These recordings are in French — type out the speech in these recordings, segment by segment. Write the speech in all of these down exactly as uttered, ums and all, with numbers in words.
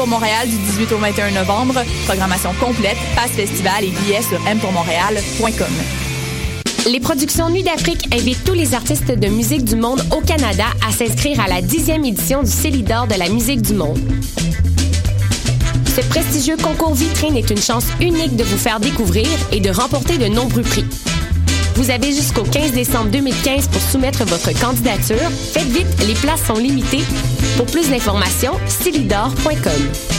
pour Montréal du dix-huit au vingt et un novembre. Programmation complète, passe festival et billets sur m pour montréal point com. Les productions Nuit d'Afrique invitent tous les artistes de musique du monde au Canada à s'inscrire à la dixième édition du Célidor de la musique du monde. Ce prestigieux concours vitrine est une chance unique de vous faire découvrir et de remporter de nombreux prix. Vous avez jusqu'au quinze décembre deux mille quinze pour soumettre votre candidature. Faites vite, les places sont limitées. Pour plus d'informations, célidor point com.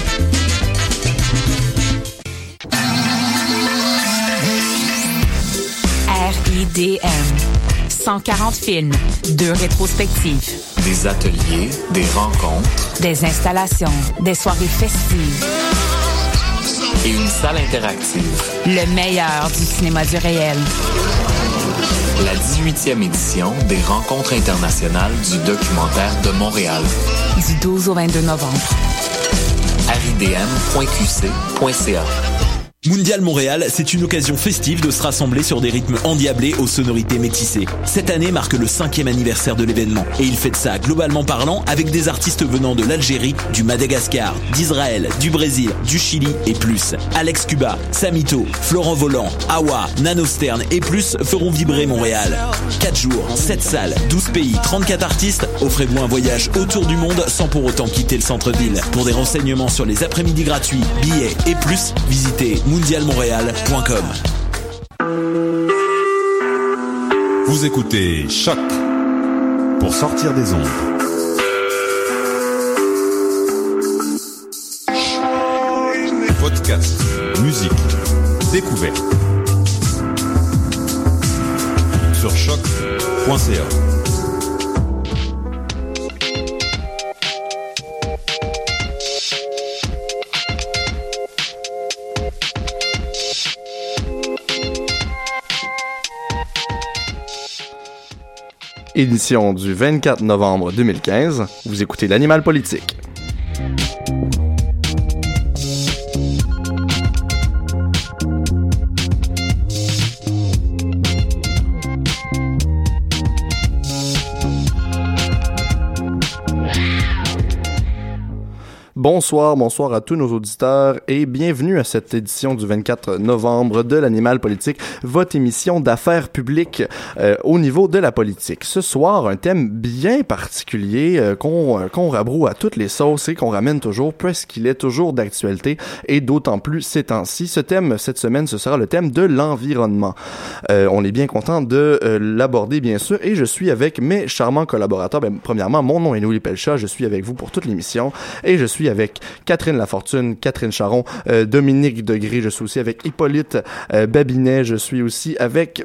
R I D M. cent quarante films, deux rétrospectives. Des ateliers, des rencontres. Des installations, des soirées festives. Et une salle interactive. Le meilleur du cinéma du réel. La dix-huitième édition des Rencontres internationales du documentaire de Montréal. Du douze au vingt-deux novembre. R I D M point Q C point C A. Mondial Montréal, c'est une occasion festive de se rassembler sur des rythmes endiablés aux sonorités métissées. Cette année marque le cinquième anniversaire de l'événement et il fête ça globalement parlant avec des artistes venant de l'Algérie, du Madagascar, d'Israël, du Brésil, du Chili et plus. Alex Cuba, Samito, Florent Volant, Awa, Nano Stern et plus feront vibrer Montréal. quatre jours, sept salles, douze pays, trente-quatre artistes, offrez-vous un voyage autour du monde sans pour autant quitter le centre-ville. Pour des renseignements sur les après-midi gratuits, billets et plus, visitez mondial montréal point com. Vous écoutez Choc pour sortir des ondes. Podcast, musique, découverte. Sur choc point c a. Édition du vingt-quatre novembre deux mille quinze, vous écoutez l'Animal politique. Bonsoir, bonsoir à tous nos auditeurs et bienvenue à cette édition du vingt-quatre novembre de l'Animal politique, votre émission d'affaires publiques euh, au niveau de la politique. Ce soir, un thème bien particulier euh, qu'on, euh, qu'on rabroue à toutes les sauces et qu'on ramène toujours puisqu'il est toujours d'actualité et d'autant plus ces temps-ci. Ce thème, cette semaine, ce sera le thème de l'environnement. Euh, on est bien content de euh, l'aborder, bien sûr, et je suis avec mes charmants collaborateurs. Ben, premièrement, mon nom est Louis Pelchat, je suis avec vous pour toute l'émission et je suis avec avec Catherine Lafortune, Catherine Charon, euh, Dominique Degré, je suis aussi avec Hippolyte euh, Babinet, je suis aussi avec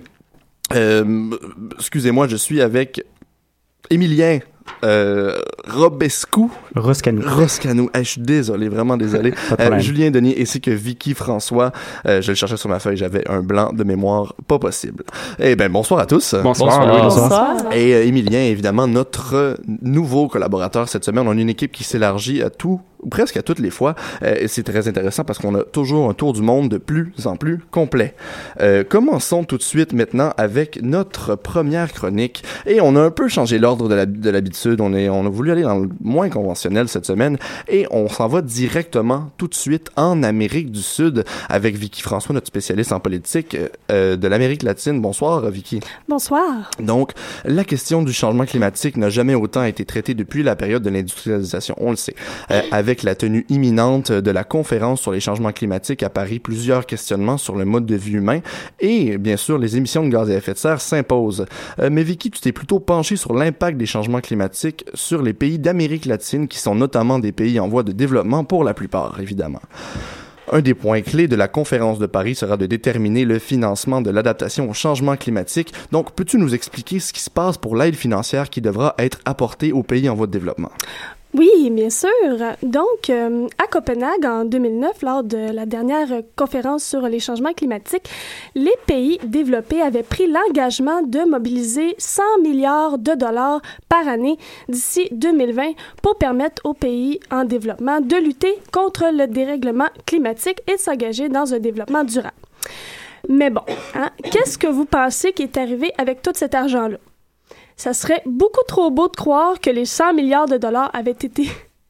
euh, excusez-moi, je suis avec Émilien Euh, Robescu. Roscanou. Roscanou. Hey, je suis désolé, vraiment désolé. euh, Julien Denis ainsi que Vicky François. Euh, je le cherchais sur ma feuille, j'avais un blanc de mémoire pas possible. Eh ben, bonsoir à tous. Bonsoir. Bonsoir. Oui, bonsoir. Et euh, Émilien, évidemment, notre nouveau collaborateur cette semaine. On a une équipe qui s'élargit à tout, ou presque à toutes les fois. Euh, et c'est très intéressant parce qu'on a toujours un tour du monde de plus en plus complet. Euh, commençons tout de suite maintenant avec notre première chronique. Et on a un peu changé l'ordre de, la, de l'habitude. On, est, on a voulu aller dans le moins conventionnel cette semaine et on s'en va directement tout de suite en Amérique du Sud avec Vicky François, notre spécialiste en politique euh, de l'Amérique latine. Bonsoir, Vicky. Bonsoir. Donc, la question du changement climatique n'a jamais autant été traitée depuis la période de l'industrialisation, on le sait. Euh, avec la tenue imminente de la conférence sur les changements climatiques à Paris, plusieurs questionnements sur le mode de vie humain et, bien sûr, les émissions de gaz à effet de serre s'imposent. Euh, mais Vicky, tu t'es plutôt penché sur l'impact des changements climatiques sur les pays d'Amérique latine, qui sont notamment des pays en voie de développement pour la plupart, évidemment. Un des points clés de la conférence de Paris sera de déterminer le financement de l'adaptation au changement climatique. Donc, peux-tu nous expliquer ce qui se passe pour l'aide financière qui devra être apportée aux pays en voie de développement? Oui, bien sûr. Donc, euh, à Copenhague, en deux mille neuf, lors de la dernière conférence sur les changements climatiques, les pays développés avaient pris l'engagement de mobiliser cent milliards de dollars par année d'ici deux mille vingt pour permettre aux pays en développement de lutter contre le dérèglement climatique et de s'engager dans un développement durable. Mais bon, hein, qu'est-ce que vous pensez qui est arrivé avec tout cet argent-là? Ça serait beaucoup trop beau de croire que les cent milliards de dollars avaient été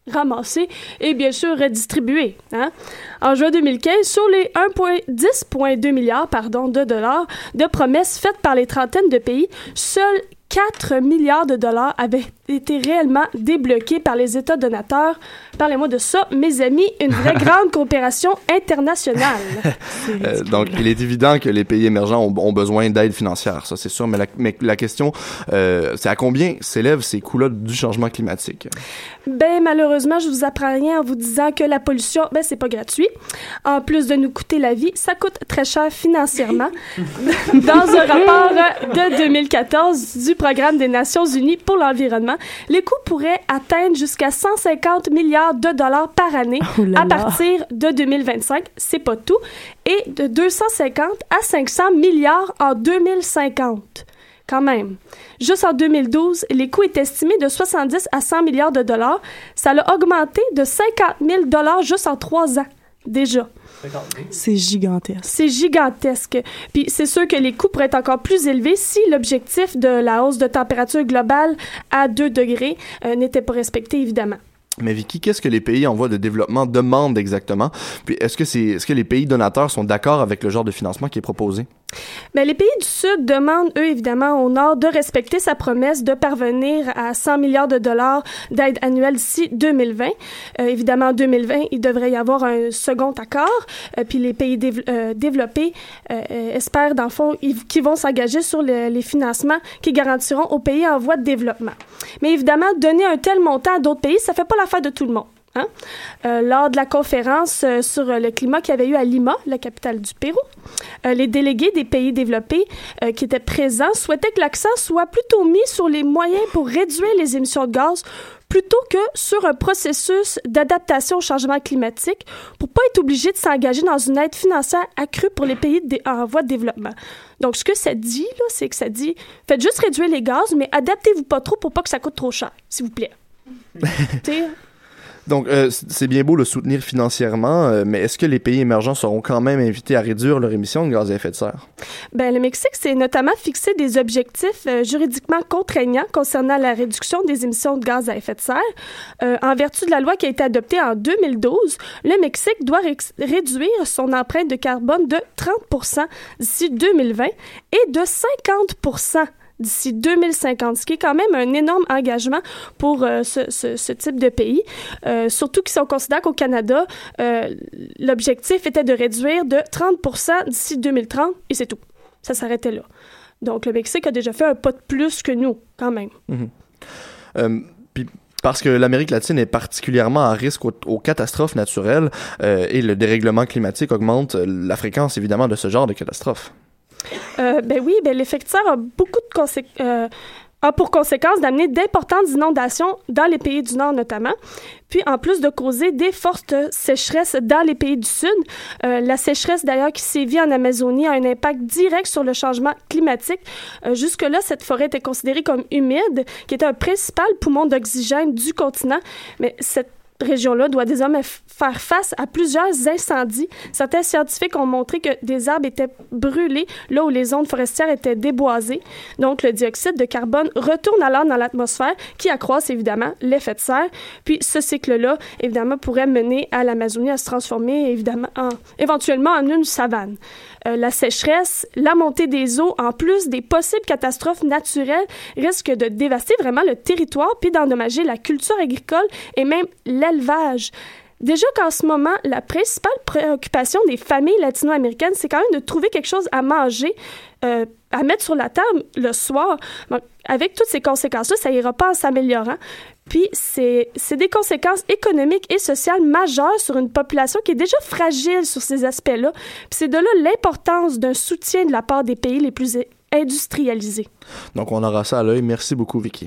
ramassés et bien sûr redistribués. Hein? En juin deux mille quinze, sur les dix virgule deux milliards pardon, de dollars de promesses faites par les trentaines de pays, seuls quatre milliards de dollars avaient été réellement débloqués par les États donateurs. Parlez-moi de ça, mes amis, une vraie grande coopération internationale. euh, donc, il est évident que les pays émergents ont, ont besoin d'aide financière, ça c'est sûr, mais la, mais la question, euh, c'est à combien s'élèvent ces coûts-là du changement climatique? Ben, malheureusement, je vous apprends rien en vous disant que la pollution, ben, c'est pas gratuit. En plus de nous coûter la vie, ça coûte très cher financièrement. Dans un rapport de deux mille quatorze du Programme des Nations Unies pour l'environnement, les coûts pourraient atteindre jusqu'à cent cinquante milliards de dollars par année oh à partir de deux mille vingt-cinq, c'est pas tout, et de deux cent cinquante à cinq cents milliards en deux mille cinquante. Quand même. Juste en deux mille douze, les coûts étaient estimés de soixante-dix à cent milliards de dollars. Ça a augmenté de cinquante mille dollars juste en trois ans, déjà. C'est gigantesque. C'est gigantesque. Puis c'est sûr que les coûts pourraient être encore plus élevés si l'objectif de la hausse de température globale à deux degrés euh, n'était pas respecté, évidemment. Mais Vicky, qu'est-ce que les pays en voie de développement demandent exactement? Puis est-ce que, c'est, est-ce que les pays donateurs sont d'accord avec le genre de financement qui est proposé? Bien, les pays du Sud demandent, eux, évidemment, au Nord, de respecter sa promesse de parvenir à cent milliards de dollars d'aide annuelle d'ici deux mille vingt. Euh, évidemment, en deux mille vingt, il devrait y avoir un second accord. Euh, puis les pays dév- euh, développés euh, euh, espèrent, dans le fond, qu'ils vont s'engager sur le, les financements qui garantiront aux pays en voie de développement. Mais évidemment, donner un tel montant à d'autres pays, ça fait pas l'affaire de tout le monde. Hein? Euh, lors de la conférence euh, sur le climat qu'il y avait eu à Lima, la capitale du Pérou, euh, les délégués des pays développés euh, qui étaient présents souhaitaient que l'accent soit plutôt mis sur les moyens pour réduire les émissions de gaz plutôt que sur un processus d'adaptation au changement climatique pour pas être obligé de s'engager dans une aide financière accrue pour les pays de, en voie de développement. Donc, ce que ça dit, là, c'est que ça dit, faites juste réduire les gaz, mais adaptez-vous pas trop pour pas que ça coûte trop cher, s'il vous plaît. T'sais, Donc, euh, c'est bien beau le soutenir financièrement, euh, mais est-ce que les pays émergents seront quand même invités à réduire leurs émissions de gaz à effet de serre? Ben, le Mexique s'est notamment fixé des objectifs euh, juridiquement contraignants concernant la réduction des émissions de gaz à effet de serre. Euh, en vertu de la loi qui a été adoptée en deux mille douze, le Mexique doit ré- réduire son empreinte de carbone de trente pour cent d'ici deux mille vingt et de cinquante pour cent d'ici deux mille cinquante, ce qui est quand même un énorme engagement pour euh, ce, ce, ce type de pays. Euh, surtout si on considère qu'au Canada, euh, l'objectif était de réduire de trente pour cent d'ici deux mille trente, et c'est tout. Ça s'arrêtait là. Donc, le Mexique a déjà fait un pas de plus que nous, quand même. Mmh. Euh, puis parce que l'Amérique latine est particulièrement à risque aux, aux catastrophes naturelles euh, et le dérèglement climatique augmente la fréquence, évidemment, de ce genre de catastrophes. Euh, ben oui, ben l'effet de serre a beaucoup de conséquences. Euh, a pour conséquence d'amener d'importantes inondations dans les pays du Nord notamment, puis en plus de causer des fortes sécheresses dans les pays du Sud. Euh, la sécheresse d'ailleurs qui sévit en Amazonie a un impact direct sur le changement climatique. Euh, jusque-là, cette forêt était considérée comme humide, qui était un principal poumon d'oxygène du continent, mais cette région-là doit désormais f- faire face à plusieurs incendies. Certains scientifiques ont montré que des arbres étaient brûlés là où les zones forestières étaient déboisées. Donc, le dioxyde de carbone retourne alors dans l'atmosphère, qui accroisse évidemment l'effet de serre. Puis, ce cycle-là, évidemment, pourrait mener à l'Amazonie à se transformer évidemment en, éventuellement en une savane. Euh, la sécheresse, la montée des eaux, en plus des possibles catastrophes naturelles, risquent de dévaster vraiment le territoire puis d'endommager la culture agricole et même l'élevage. Déjà qu'en ce moment, la principale préoccupation des familles latino-américaines, c'est quand même de trouver quelque chose à manger, euh, à mettre sur la table le soir. Bon, avec toutes ces conséquences-là, ça ira pas en s'améliorant. Puis, c'est, c'est des conséquences économiques et sociales majeures sur une population qui est déjà fragile sur ces aspects-là. Puis c'est de là l'importance d'un soutien de la part des pays les plus industrialisés. Donc, on aura ça à l'œil. Merci beaucoup, Vicky.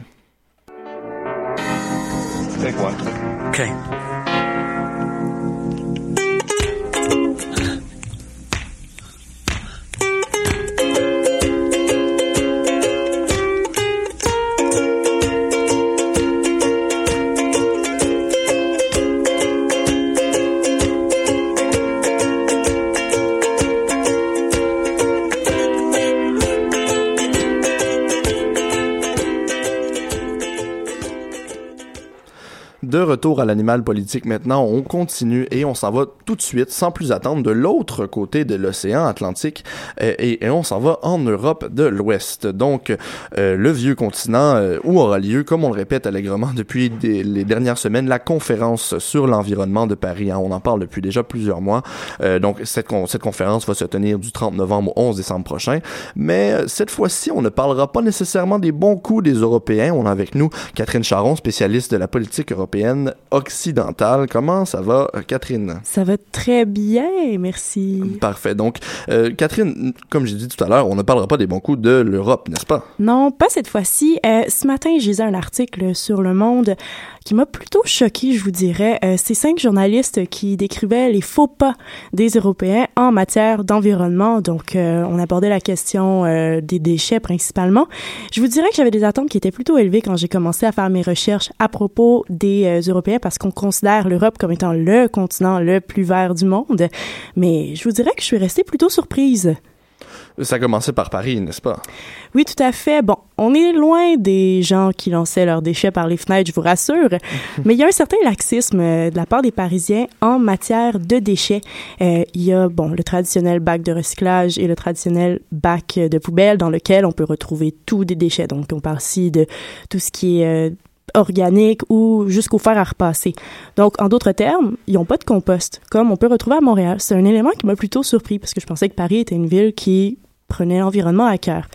Take one. OK. De retour à l'animal politique maintenant, on continue et on s'en va tout de suite, sans plus attendre, de l'autre côté de l'océan Atlantique euh, et, et on s'en va en Europe de l'Ouest. Donc, euh, le vieux continent euh, où aura lieu, comme on le répète allègrement depuis des, les dernières semaines, la conférence sur l'environnement de Paris. Hein. On en parle depuis déjà plusieurs mois. Euh, donc, cette, con- cette conférence va se tenir du trente novembre au onze décembre prochain. Mais euh, cette fois-ci, on ne parlera pas nécessairement des bons coups des Européens. On a avec nous Catherine Charon, spécialiste de la politique européenne occidentale. Comment ça va, Catherine? Ça va très bien, merci. Parfait. Donc, euh, Catherine, comme j'ai dit tout à l'heure, on ne parlera pas des bons coups de l'Europe, n'est-ce pas? Non, pas cette fois-ci. Euh, ce matin, j'ai lisé un article sur Le Monde qui m'a plutôt choqué, je vous dirais. Euh, c'est cinq journalistes qui décrivaient les faux pas des Européens en matière d'environnement. Donc, euh, on abordait la question euh, des déchets principalement. Je vous dirais que j'avais des attentes qui étaient plutôt élevées quand j'ai commencé à faire mes recherches à propos des euh, Européens parce qu'on considère l'Europe comme étant le continent le plus vert du monde. Mais je vous dirais que je suis restée plutôt surprise. Ça a commencé par Paris, n'est-ce pas? Oui, tout à fait. Bon, on est loin des gens qui lançaient leurs déchets par les fenêtres, je vous rassure, mais il y a un certain laxisme euh, de la part des Parisiens en matière de déchets. Euh, il y a, bon, le traditionnel bac de recyclage et le traditionnel bac de poubelle dans lequel on peut retrouver tous des déchets. Donc, on parle ici de tout ce qui est euh, organique ou jusqu'au fer à repasser. Donc, en d'autres termes, ils n'ont pas de compost, comme on peut retrouver à Montréal. C'est un élément qui m'a plutôt surpris parce que je pensais que Paris était une ville qui prenait l'environnement à cœur.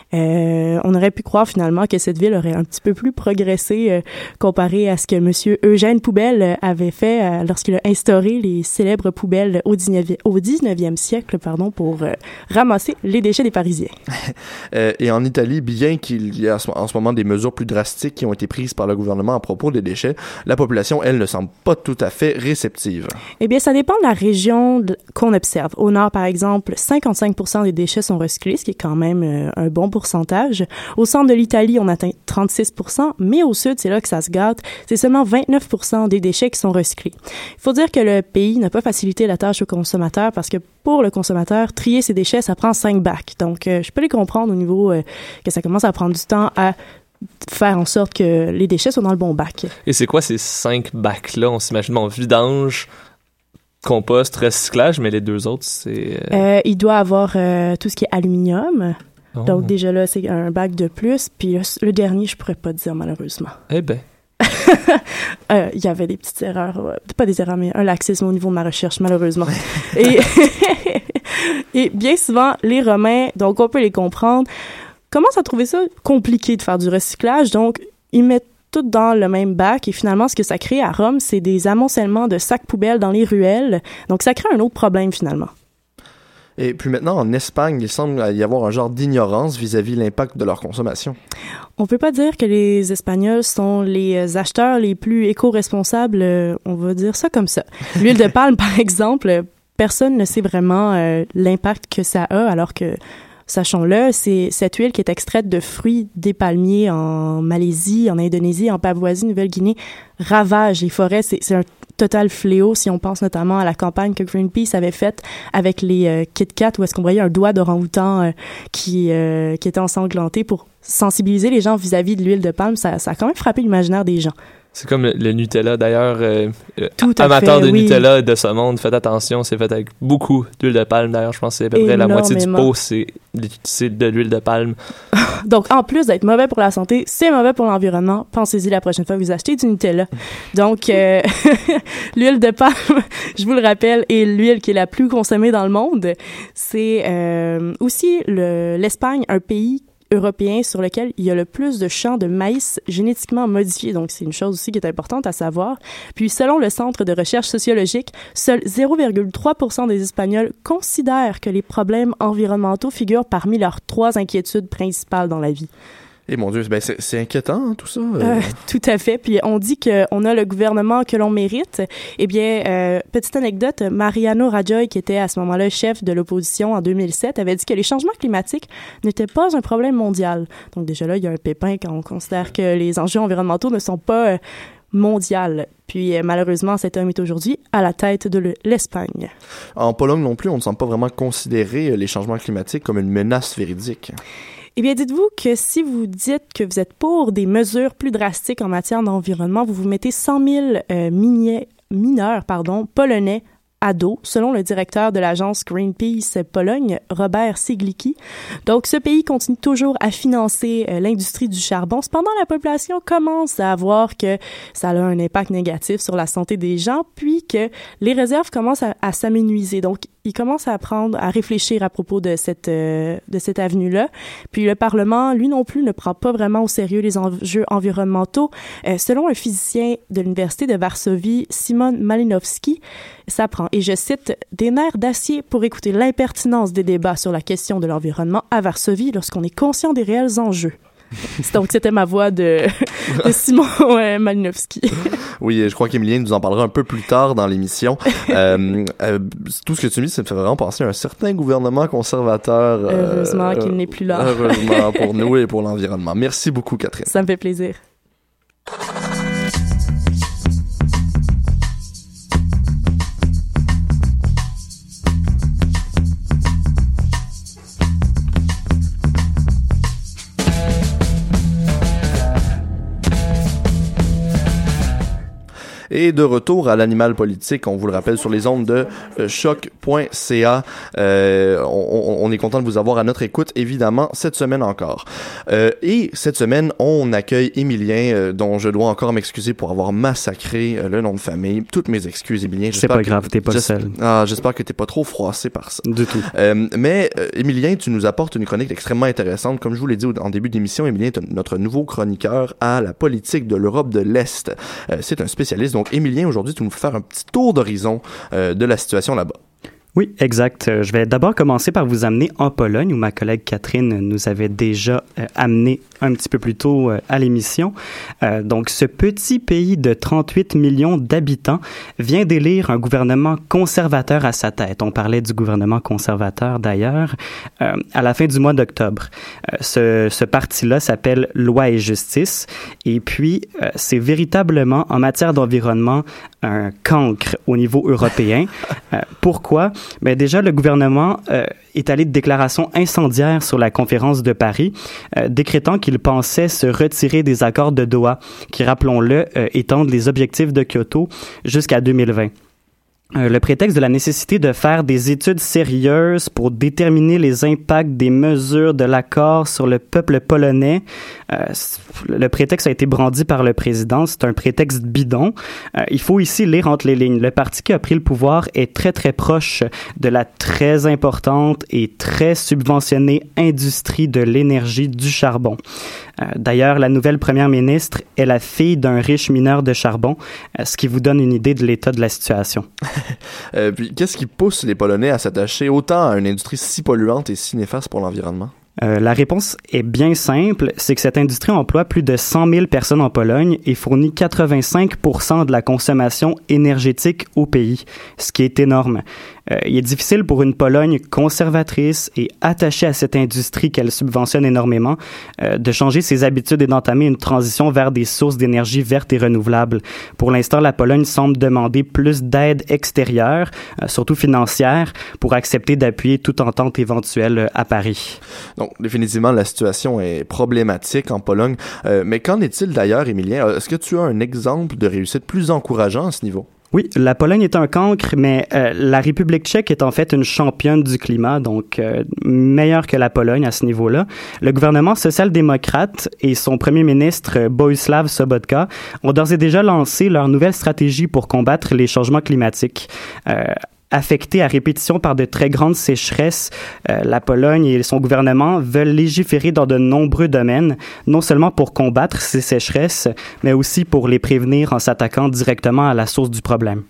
Euh, on aurait pu croire finalement que cette ville aurait un petit peu plus progressé euh, comparé à ce que Monsieur Eugène Poubelle avait fait euh, lorsqu'il a instauré les célèbres poubelles au dix-neuvième, au dix-neuvième siècle pardon, pour euh, ramasser les déchets des Parisiens. euh, et en Italie, bien qu'il y ait en ce moment des mesures plus drastiques qui ont été prises par le gouvernement à propos des déchets, la population, elle, ne semble pas tout à fait réceptive. Eh bien, ça dépend de la région de, qu'on observe. Au nord, par exemple, cinquante-cinq pour cent des déchets sont recyclés, ce qui est quand même euh, un bon pourcentage. Au centre de l'Italie, on atteint trente-six pour cent, mais au sud, c'est là que ça se gâte. C'est seulement vingt-neuf pour cent des déchets qui sont recyclés. Il faut dire que le pays n'a pas facilité la tâche aux consommateurs parce que pour le consommateur, trier ses déchets, ça prend cinq bacs. Donc, euh, je peux les comprendre au niveau euh, que ça commence à prendre du temps à faire en sorte que les déchets soient dans le bon bac. Et c'est quoi ces cinq bacs-là? On s'imagine en vidange, compost, recyclage, mais les deux autres, c'est... Euh... Euh, il doit avoir euh, tout ce qui est aluminium. Oh. Donc, déjà là, c'est un bac de plus. Puis le, le dernier, je pourrais pas dire, malheureusement. Eh ben. Il euh, y avait des petites erreurs. Euh, pas des erreurs, mais un laxisme au niveau de ma recherche, malheureusement. et, et bien souvent, les Romains, donc on peut les comprendre, commencent à trouver ça compliqué de faire du recyclage. Donc, ils mettent tout dans le même bac. Et finalement, ce que ça crée à Rome, c'est des amoncellements de sacs poubelles dans les ruelles. Donc, ça crée un autre problème, finalement. Et puis maintenant, en Espagne, il semble y avoir un genre d'ignorance vis-à-vis de l'impact de leur consommation. On peut pas dire que les Espagnols sont les acheteurs les plus éco-responsables, euh, on va dire ça comme ça. L'huile de palme, par exemple, personne ne sait vraiment euh, l'impact que ça a, alors que, sachons-le, c'est cette huile qui est extraite de fruits des palmiers en Malaisie, en Indonésie, en Papouasie-Nouvelle-Guinée, ravage les forêts. C'est, c'est un total fléau si on pense notamment à la campagne que Greenpeace avait faite avec les euh, Kit Kat où est-ce qu'on voyait un doigt d'orang-outan euh, qui, euh, qui était ensanglanté pour sensibiliser les gens vis-à-vis de l'huile de palme. Ça, ça a quand même frappé l'imaginaire des gens. C'est comme le, le Nutella, d'ailleurs. Euh, Tout à amateur fait, de oui. Nutella de ce monde, faites attention, c'est fait avec beaucoup d'huile de palme. D'ailleurs, je pense que c'est à peu près la moitié du pot, c'est, c'est de l'huile de palme. Donc, en plus d'être mauvais pour la santé, c'est mauvais pour l'environnement. Pensez-y la prochaine fois que vous achetez du Nutella. Donc, euh, l'huile de palme, je vous le rappelle, est l'huile qui est la plus consommée dans le monde. C'est euh, aussi le, l'Espagne, un pays européen sur lequel il y a le plus de champs de maïs génétiquement modifiés. Donc, c'est une chose aussi qui est importante à savoir. Puis, selon le Centre de recherche sociologique, seuls zéro virgule trois pour cent des Espagnols considèrent que les problèmes environnementaux figurent parmi leurs trois inquiétudes principales dans la vie. Et mon Dieu, ben c'est, c'est inquiétant, hein, tout ça. Euh... Euh, tout à fait. Puis on dit qu'on a le gouvernement que l'on mérite. Eh bien, euh, petite anecdote, Mariano Rajoy, qui était à ce moment-là chef de l'opposition en deux mille sept, avait dit que les changements climatiques n'étaient pas un problème mondial. Donc déjà là, il y a un pépin quand on considère que les enjeux environnementaux ne sont pas euh, mondiaux. Puis euh, malheureusement, cet homme est aujourd'hui à la tête de le, l'Espagne. En Pologne non plus, on ne semble pas vraiment considérer les changements climatiques comme une menace véridique. Eh bien, dites-vous que si vous dites que vous êtes pour des mesures plus drastiques en matière d'environnement, vous vous mettez cent mille euh, miniers, mineurs pardon, polonais à dos, selon le directeur de l'agence Greenpeace Pologne, Robert Siglicki. Donc, ce pays continue toujours à financer euh, l'industrie du charbon. Cependant, la population commence à voir que ça a un impact négatif sur la santé des gens, puis que les réserves commencent à, à s'amenuiser. Donc, ils commencent à apprendre, à réfléchir à propos de cette euh, de cette avenue-là. Puis le Parlement, lui non plus, ne prend pas vraiment au sérieux les enjeux environnementaux. Euh, selon un physicien de l'Université de Varsovie, Simon Malinowski, ça prend, et je cite, « des nerfs d'acier pour écouter l'impertinence des débats sur la question de l'environnement à Varsovie lorsqu'on est conscient des réels enjeux. » Donc, c'était ma voix de, de Simon euh, Malinowski. Oui, je crois qu'Émilien nous en parlera un peu plus tard dans l'émission. euh, euh, tout ce que tu me dis, ça me fait vraiment penser à un certain gouvernement conservateur. Euh, heureusement euh, qu'il n'est plus là. Heureusement pour nous et pour l'environnement. Merci beaucoup, Catherine. Ça me fait plaisir. Et de retour à l'animal politique, on vous le rappelle sur les ondes de euh, choc point c a. Euh, on, on est content de vous avoir à notre écoute, évidemment, cette semaine encore. Euh, et cette semaine, on accueille Émilien, euh, dont je dois encore m'excuser pour avoir massacré euh, le nom de famille. Toutes mes excuses, Émilien. C'est pas grave, t'es pas le seul. Ah, j'espère que t'es pas trop froissé par ça. Du tout. Euh, mais, euh, Émilien, tu nous apportes une chronique extrêmement intéressante. Comme je vous l'ai dit en début d'émission, Émilien est notre nouveau chroniqueur à la politique de l'Europe de l'Est. Euh, c'est un spécialiste, donc Donc, Émilien, aujourd'hui, tu nous fais faire un petit tour d'horizon euh, de la situation là-bas. Oui, exact. Je vais d'abord commencer par vous amener en Pologne, où ma collègue Catherine nous avait déjà euh, amené un petit peu plus tôt euh, à l'émission. Euh, donc, ce petit pays de trente-huit millions d'habitants vient d'élire un gouvernement conservateur à sa tête. On parlait du gouvernement conservateur, d'ailleurs, euh, à la fin du mois d'octobre. Euh, ce, ce parti-là s'appelle Loi et Justice. Et puis, euh, c'est véritablement, en matière d'environnement, un cancre au niveau européen. Euh, pourquoi? Mais déjà, le gouvernement euh, est allé de déclarations incendiaires sur la conférence de Paris, euh, décrétant qu'il pensait se retirer des accords de Doha, qui, rappelons-le, euh, étendent les objectifs de Kyoto jusqu'à deux mille vingt. Euh, le prétexte de la nécessité de faire des études sérieuses pour déterminer les impacts des mesures de l'accord sur le peuple polonais. Euh, le prétexte a été brandi par le président. C'est un prétexte bidon. Euh, il faut ici lire entre les lignes. Le parti qui a pris le pouvoir est très, très proche de la très importante et très subventionnée industrie de l'énergie du charbon. Euh, d'ailleurs, la nouvelle première ministre est la fille d'un riche mineur de charbon, euh, ce qui vous donne une idée de l'état de la situation. euh, puis, qu'est-ce qui pousse les Polonais à s'attacher autant à une industrie si polluante et si néfaste pour l'environnement? Euh, la réponse est bien simple, c'est que cette industrie emploie plus de cent mille personnes en Pologne et fournit quatre-vingt-cinq pour cent de la consommation énergétique au pays, ce qui est énorme. Euh, il est difficile pour une Pologne conservatrice et attachée à cette industrie qu'elle subventionne énormément euh, de changer ses habitudes et d'entamer une transition vers des sources d'énergie vertes et renouvelables. Pour l'instant, la Pologne semble demander plus d'aide extérieure, euh, surtout financière, pour accepter d'appuyer toute entente éventuelle euh, à Paris. Donc, définitivement, la situation est problématique en Pologne. Euh, mais qu'en est-il d'ailleurs, Émilien? Est-ce que tu as un exemple de réussite plus encourageant à ce niveau? Oui, la Pologne est un cancre, mais euh, la République tchèque est en fait une championne du climat, donc euh, meilleure que la Pologne à ce niveau-là. Le gouvernement social-démocrate et son premier ministre Bohuslav Sobotka ont d'ores et déjà lancé leur nouvelle stratégie pour combattre les changements climatiques. Euh, Affectée à répétition par de très grandes sécheresses, euh, la Pologne et son gouvernement veulent légiférer dans de nombreux domaines, non seulement pour combattre ces sécheresses, mais aussi pour les prévenir en s'attaquant directement à la source du problème.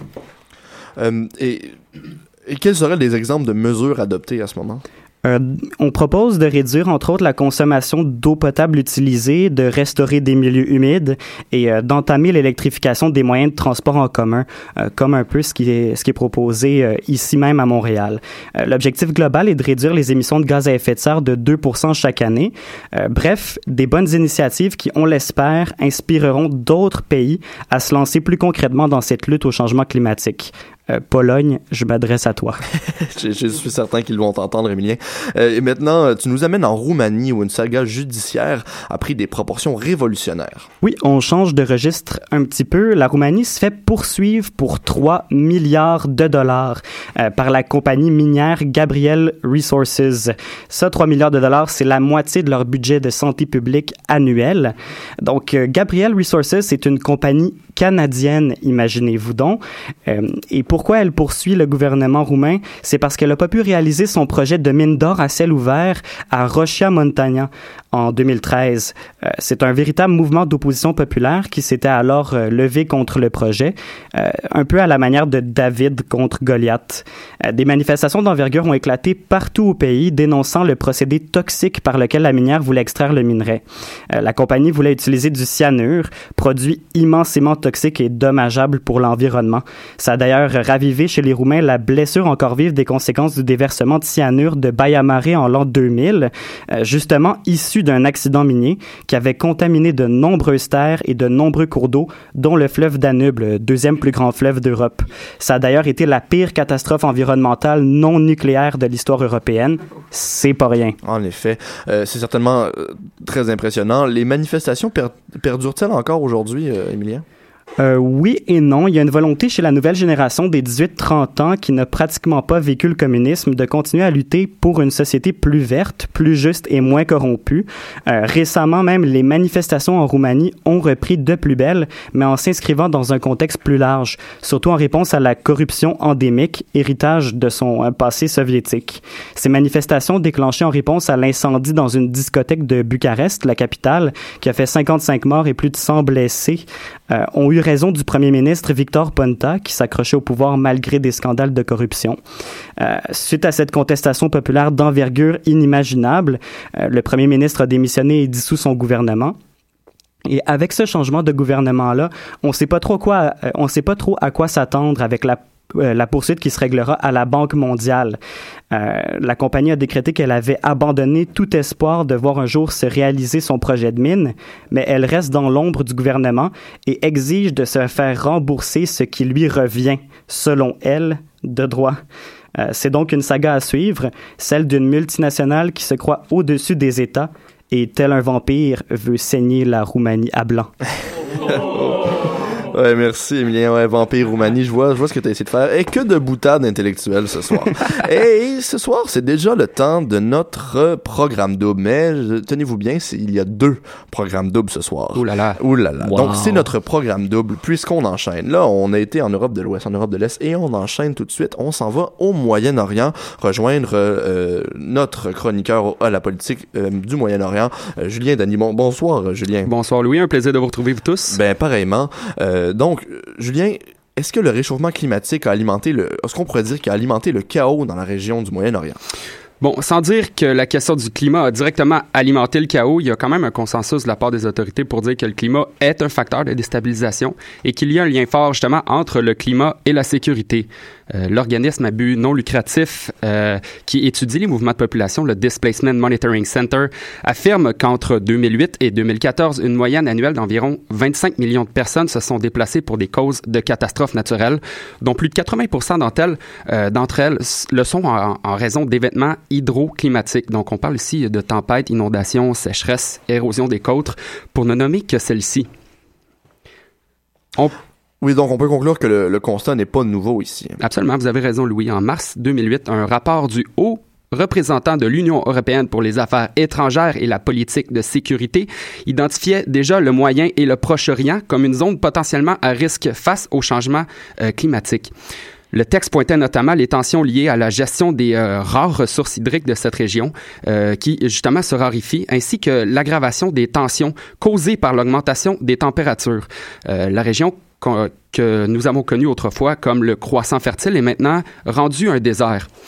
Euh, et, et quels seraient des exemples de mesures adoptées à ce moment? Euh, on propose de réduire, entre autres, la consommation d'eau potable utilisée, de restaurer des milieux humides et euh, d'entamer l'électrification des moyens de transport en commun, euh, comme un peu ce qui est, ce qui est proposé euh, ici même à Montréal. Euh, l'objectif global est de réduire les émissions de gaz à effet de serre de deux pour cent chaque année. Euh, bref, des bonnes initiatives qui, on l'espère, inspireront d'autres pays à se lancer plus concrètement dans cette lutte au changement climatique. Euh, Pologne, je m'adresse à toi. je, je suis certain qu'ils vont t'entendre, Émilien. Euh, et maintenant, tu nous amènes en Roumanie où une saga judiciaire a pris des proportions révolutionnaires. Oui, on change de registre un petit peu. La Roumanie se fait poursuivre pour trois milliards de dollars euh, par la compagnie minière Gabriel Resources. Ça, trois milliards de dollars, c'est la moitié de leur budget de santé publique annuel. Donc, euh, Gabriel Resources, c'est une compagnie canadienne, imaginez-vous donc. Euh, et pourquoi elle poursuit le gouvernement roumain? C'est parce qu'elle n'a pas pu réaliser son projet de mine d'or à ciel ouvert à Roșia Montana en deux mille treize. Euh, c'est un véritable mouvement d'opposition populaire qui s'était alors euh, levé contre le projet, euh, un peu à la manière de David contre Goliath. Euh, des manifestations d'envergure ont éclaté partout au pays, dénonçant le procédé toxique par lequel la minière voulait extraire le minerai. Euh, la compagnie voulait utiliser du cyanure, produit immensément toxique et dommageable pour l'environnement. Ça a d'ailleurs ravivé chez les Roumains la blessure encore vive des conséquences du déversement de cyanure de Baia Mare en l'an deux mille, euh, justement issu d'un accident minier qui avait contaminé de nombreuses terres et de nombreux cours d'eau, dont le fleuve Danube, le deuxième plus grand fleuve d'Europe. Ça a d'ailleurs été la pire catastrophe environnementale non nucléaire de l'histoire européenne. C'est pas rien. En effet, euh, c'est certainement euh, très impressionnant. Les manifestations per- perdurent-elles encore aujourd'hui, euh, Émilien? Euh, oui et non. Il y a une volonté chez la nouvelle génération des dix-huit trente ans qui n'a pratiquement pas vécu le communisme de continuer à lutter pour une société plus verte, plus juste et moins corrompue. Euh, récemment même, les manifestations en Roumanie ont repris de plus belle, mais en s'inscrivant dans un contexte plus large, surtout en réponse à la corruption endémique, héritage de son euh, passé soviétique. Ces manifestations déclenchées en réponse à l'incendie dans une discothèque de Bucarest, la capitale, qui a fait cinquante-cinq morts et plus de cent blessés, euh, ont eu raison du premier ministre Victor Ponta, qui s'accrochait au pouvoir malgré des scandales de corruption. Euh, suite à cette contestation populaire d'envergure inimaginable, euh, le premier ministre a démissionné et dissous son gouvernement. Et avec ce changement de gouvernement-là, on sait pas trop quoi, euh, on sait pas trop à quoi s'attendre avec la Euh, la poursuite qui se réglera à la Banque mondiale. Euh, la compagnie a décrété qu'elle avait abandonné tout espoir de voir un jour se réaliser son projet de mine, mais elle reste dans l'ombre du gouvernement et exige de se faire rembourser ce qui lui revient, selon elle, de droit. Euh, c'est donc une saga à suivre, celle d'une multinationale qui se croit au-dessus des États et, tel un vampire, veut saigner la Roumanie à blanc. Ouais, merci, Émilien. Ouais, Vampire Roumanie, je vois, je vois ce que tu as essayé de faire. Et que de boutade intellectuelle ce soir. Et ce soir, c'est déjà le temps de notre programme double. Mais tenez-vous bien, c'est, il y a deux programmes doubles ce soir. Ouh là là. Ouh là là. Wow. Donc, c'est notre programme double, puisqu'on enchaîne. Là, on a été en Europe de l'Ouest, en Europe de l'Est, et on enchaîne tout de suite. On s'en va au Moyen-Orient, rejoindre euh, notre chroniqueur à la politique euh, du Moyen-Orient, euh, Julien Danimont. Bonsoir, Julien. Bonsoir, Louis. Un plaisir de vous retrouver, vous tous. Ben, pareillement. Euh, donc, Julien, est-ce que le réchauffement climatique a alimenté le, est-ce qu'on pourrait dire qu'il a alimenté le chaos dans la région du Moyen-Orient? Bon, sans dire que la question du climat a directement alimenté le chaos, il y a quand même un consensus de la part des autorités pour dire que le climat est un facteur de déstabilisation et qu'il y a un lien fort justement entre le climat et la sécurité. Euh, l'organisme à but non lucratif euh, qui étudie les mouvements de population, le Displacement Monitoring Center, affirme qu'entre deux mille huit et deux mille quatorze, une moyenne annuelle d'environ vingt-cinq millions de personnes se sont déplacées pour des causes de catastrophes naturelles, dont plus de quatre-vingts pour cent d'entre elles, euh, d'entre elles le sont en, en raison d'événements hydroclimatiques. Donc, on parle ici de tempêtes, inondations, sécheresses, érosion des côtes, pour ne nommer que celles-ci. On... Oui, donc on peut conclure que le, le constat n'est pas nouveau ici. Absolument, vous avez raison, Louis. En mars deux mille huit, un rapport du Haut représentant de l'Union européenne pour les affaires étrangères et la politique de sécurité identifiait déjà le Moyen et le Proche-Orient comme une zone potentiellement à risque face au changement euh, climatique. Le texte pointait notamment les tensions liées à la gestion des euh, rares ressources hydriques de cette région euh, qui, justement, se raréfient, ainsi que l'aggravation des tensions causées par l'augmentation des températures. Euh, la région que nous avons connue autrefois comme le croissant fertile est maintenant rendue un désert.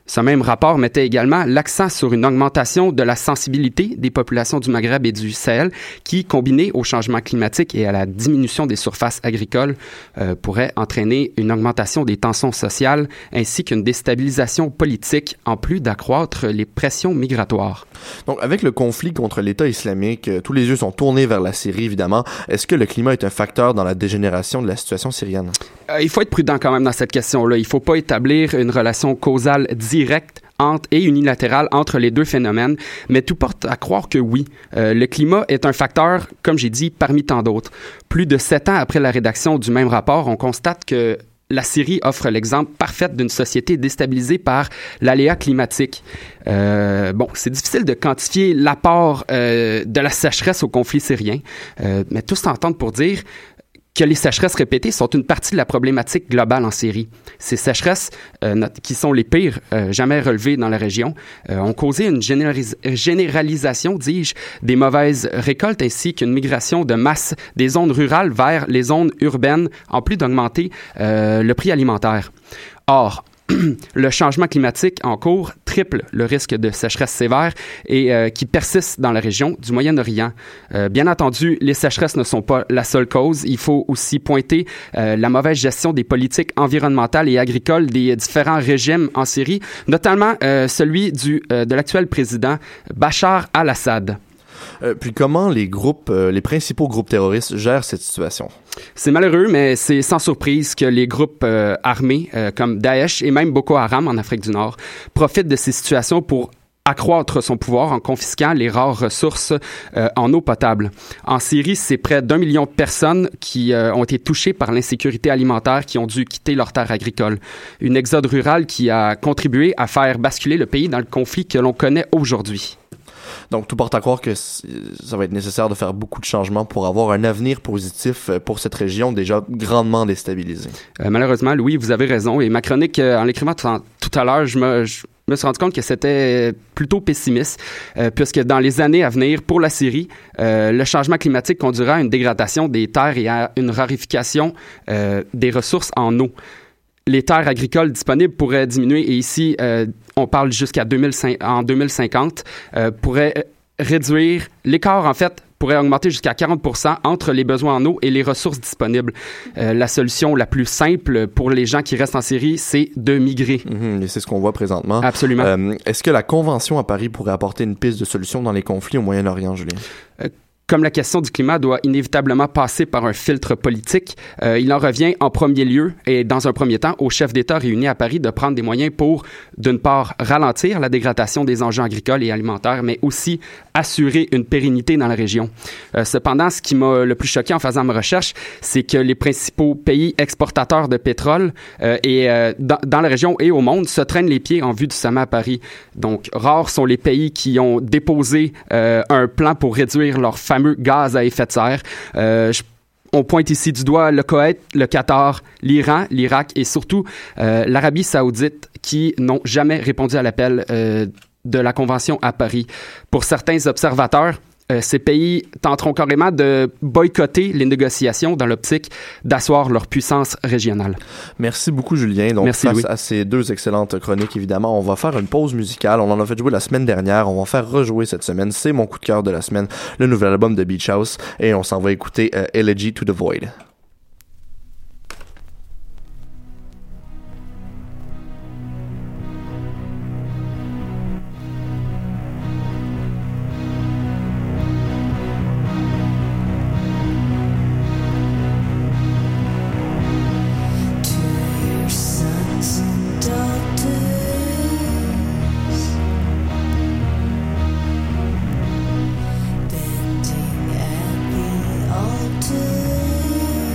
Ce même rapport mettait également l'accent sur une augmentation de la sensibilité des populations du Maghreb et du Sahel qui, combinée au changement climatique et à la diminution des surfaces agricoles, euh, pourrait entraîner une augmentation des tensions sociales ainsi qu'une déstabilisation politique en plus d'accroître les pressions migratoires. Donc, avec le conflit contre l'État islamique, euh, tous les yeux sont tournés vers la Syrie, évidemment. Est-ce que le climat est un facteur dans la dégénération de la situation syrienne? Euh, il faut être prudent quand même dans cette question-là. Il ne faut pas établir une relation causale directe directe entre, et unilatérale entre les deux phénomènes, mais tout porte à croire que oui. Euh, le climat est un facteur, comme j'ai dit, parmi tant d'autres. Plus de sept ans après la rédaction du même rapport, on constate que la Syrie offre l'exemple parfait d'une société déstabilisée par l'aléa climatique. Euh, bon, c'est difficile de quantifier l'apport euh, de la sécheresse au conflit syrien, euh, mais tous s'entendent pour dire que les sécheresses répétées sont une partie de la problématique globale en Syrie. Ces sécheresses, euh, qui sont les pires euh, jamais relevées dans la région, euh, ont causé une généralis- généralisation, dis-je, des mauvaises récoltes ainsi qu'une migration de masse des zones rurales vers les zones urbaines, en plus d'augmenter euh, le prix alimentaire. Or, le changement climatique en cours triple le risque de sécheresse sévère et euh, qui persiste dans la région du Moyen-Orient. Euh, bien entendu, les sécheresses ne sont pas la seule cause. Il faut aussi pointer euh, la mauvaise gestion des politiques environnementales et agricoles des différents régimes en Syrie, notamment euh, celui du, euh, de l'actuel président Bachar al-Assad. Euh, puis comment les groupes, euh, les principaux groupes terroristes gèrent cette situation? C'est malheureux, mais c'est sans surprise que les groupes euh, armés euh, comme Daesh et même Boko Haram en Afrique du Nord profitent de ces situations pour accroître son pouvoir en confisquant les rares ressources euh, en eau potable. En Syrie, c'est près d'un million de personnes qui euh, ont été touchées par l'insécurité alimentaire, qui ont dû quitter leurs terres agricoles. Une exode rurale qui a contribué à faire basculer le pays dans le conflit que l'on connaît aujourd'hui. Donc, tout porte à croire que ça va être nécessaire de faire beaucoup de changements pour avoir un avenir positif pour cette région déjà grandement déstabilisée. Euh, malheureusement, Louis, vous avez raison. Et ma chronique, euh, en l'écrivant tout, en, tout à l'heure, je me... Je... Je me suis rendu compte que c'était plutôt pessimiste, euh, puisque dans les années à venir, pour la Syrie, euh, le changement climatique conduira à une dégradation des terres et à une raréfaction euh, des ressources en eau. Les terres agricoles disponibles pourraient diminuer, et ici, euh, on parle jusqu'à deux mille cinquante, en deux mille cinquante, euh, pourrait réduire l'écart, en fait, pourrait augmenter jusqu'à quarante pour cent entre les besoins en eau et les ressources disponibles. Euh, la solution la plus simple pour les gens qui restent en Syrie, c'est de migrer. Mmh, et c'est ce qu'on voit présentement. Absolument. Euh, est-ce que la Convention à Paris pourrait apporter une piste de solution dans les conflits au Moyen-Orient, Julien? Euh, Comme la question du climat doit inévitablement passer par un filtre politique, euh, il en revient en premier lieu et dans un premier temps aux chefs d'État réunis à Paris de prendre des moyens pour, d'une part, ralentir la dégradation des enjeux agricoles et alimentaires, mais aussi assurer une pérennité dans la région. Euh, cependant, ce qui m'a le plus choqué en faisant ma recherche, c'est que les principaux pays exportateurs de pétrole euh, et euh, dans, dans la région et au monde se traînent les pieds en vue du sommet à Paris. Donc, rares sont les pays qui ont déposé euh, un plan pour réduire leur fameux gaz à effet de serre. Euh, je, on pointe ici du doigt le Koweït, le Qatar, l'Iran, l'Irak et surtout euh, l'Arabie saoudite qui n'ont jamais répondu à l'appel euh, de la Convention à Paris. Pour certains observateurs, Euh, ces pays tenteront carrément de boycotter les négociations dans l'optique d'asseoir leur puissance régionale. Merci beaucoup, Julien. Donc, Merci, face Louis. à ces deux excellentes chroniques, évidemment, on va faire une pause musicale. On en a fait jouer la semaine dernière. On va faire rejouer cette semaine. C'est mon coup de cœur de la semaine, le nouvel album de Beach House. Et on s'en va écouter euh, Elegy to the Void. Bending at the altar.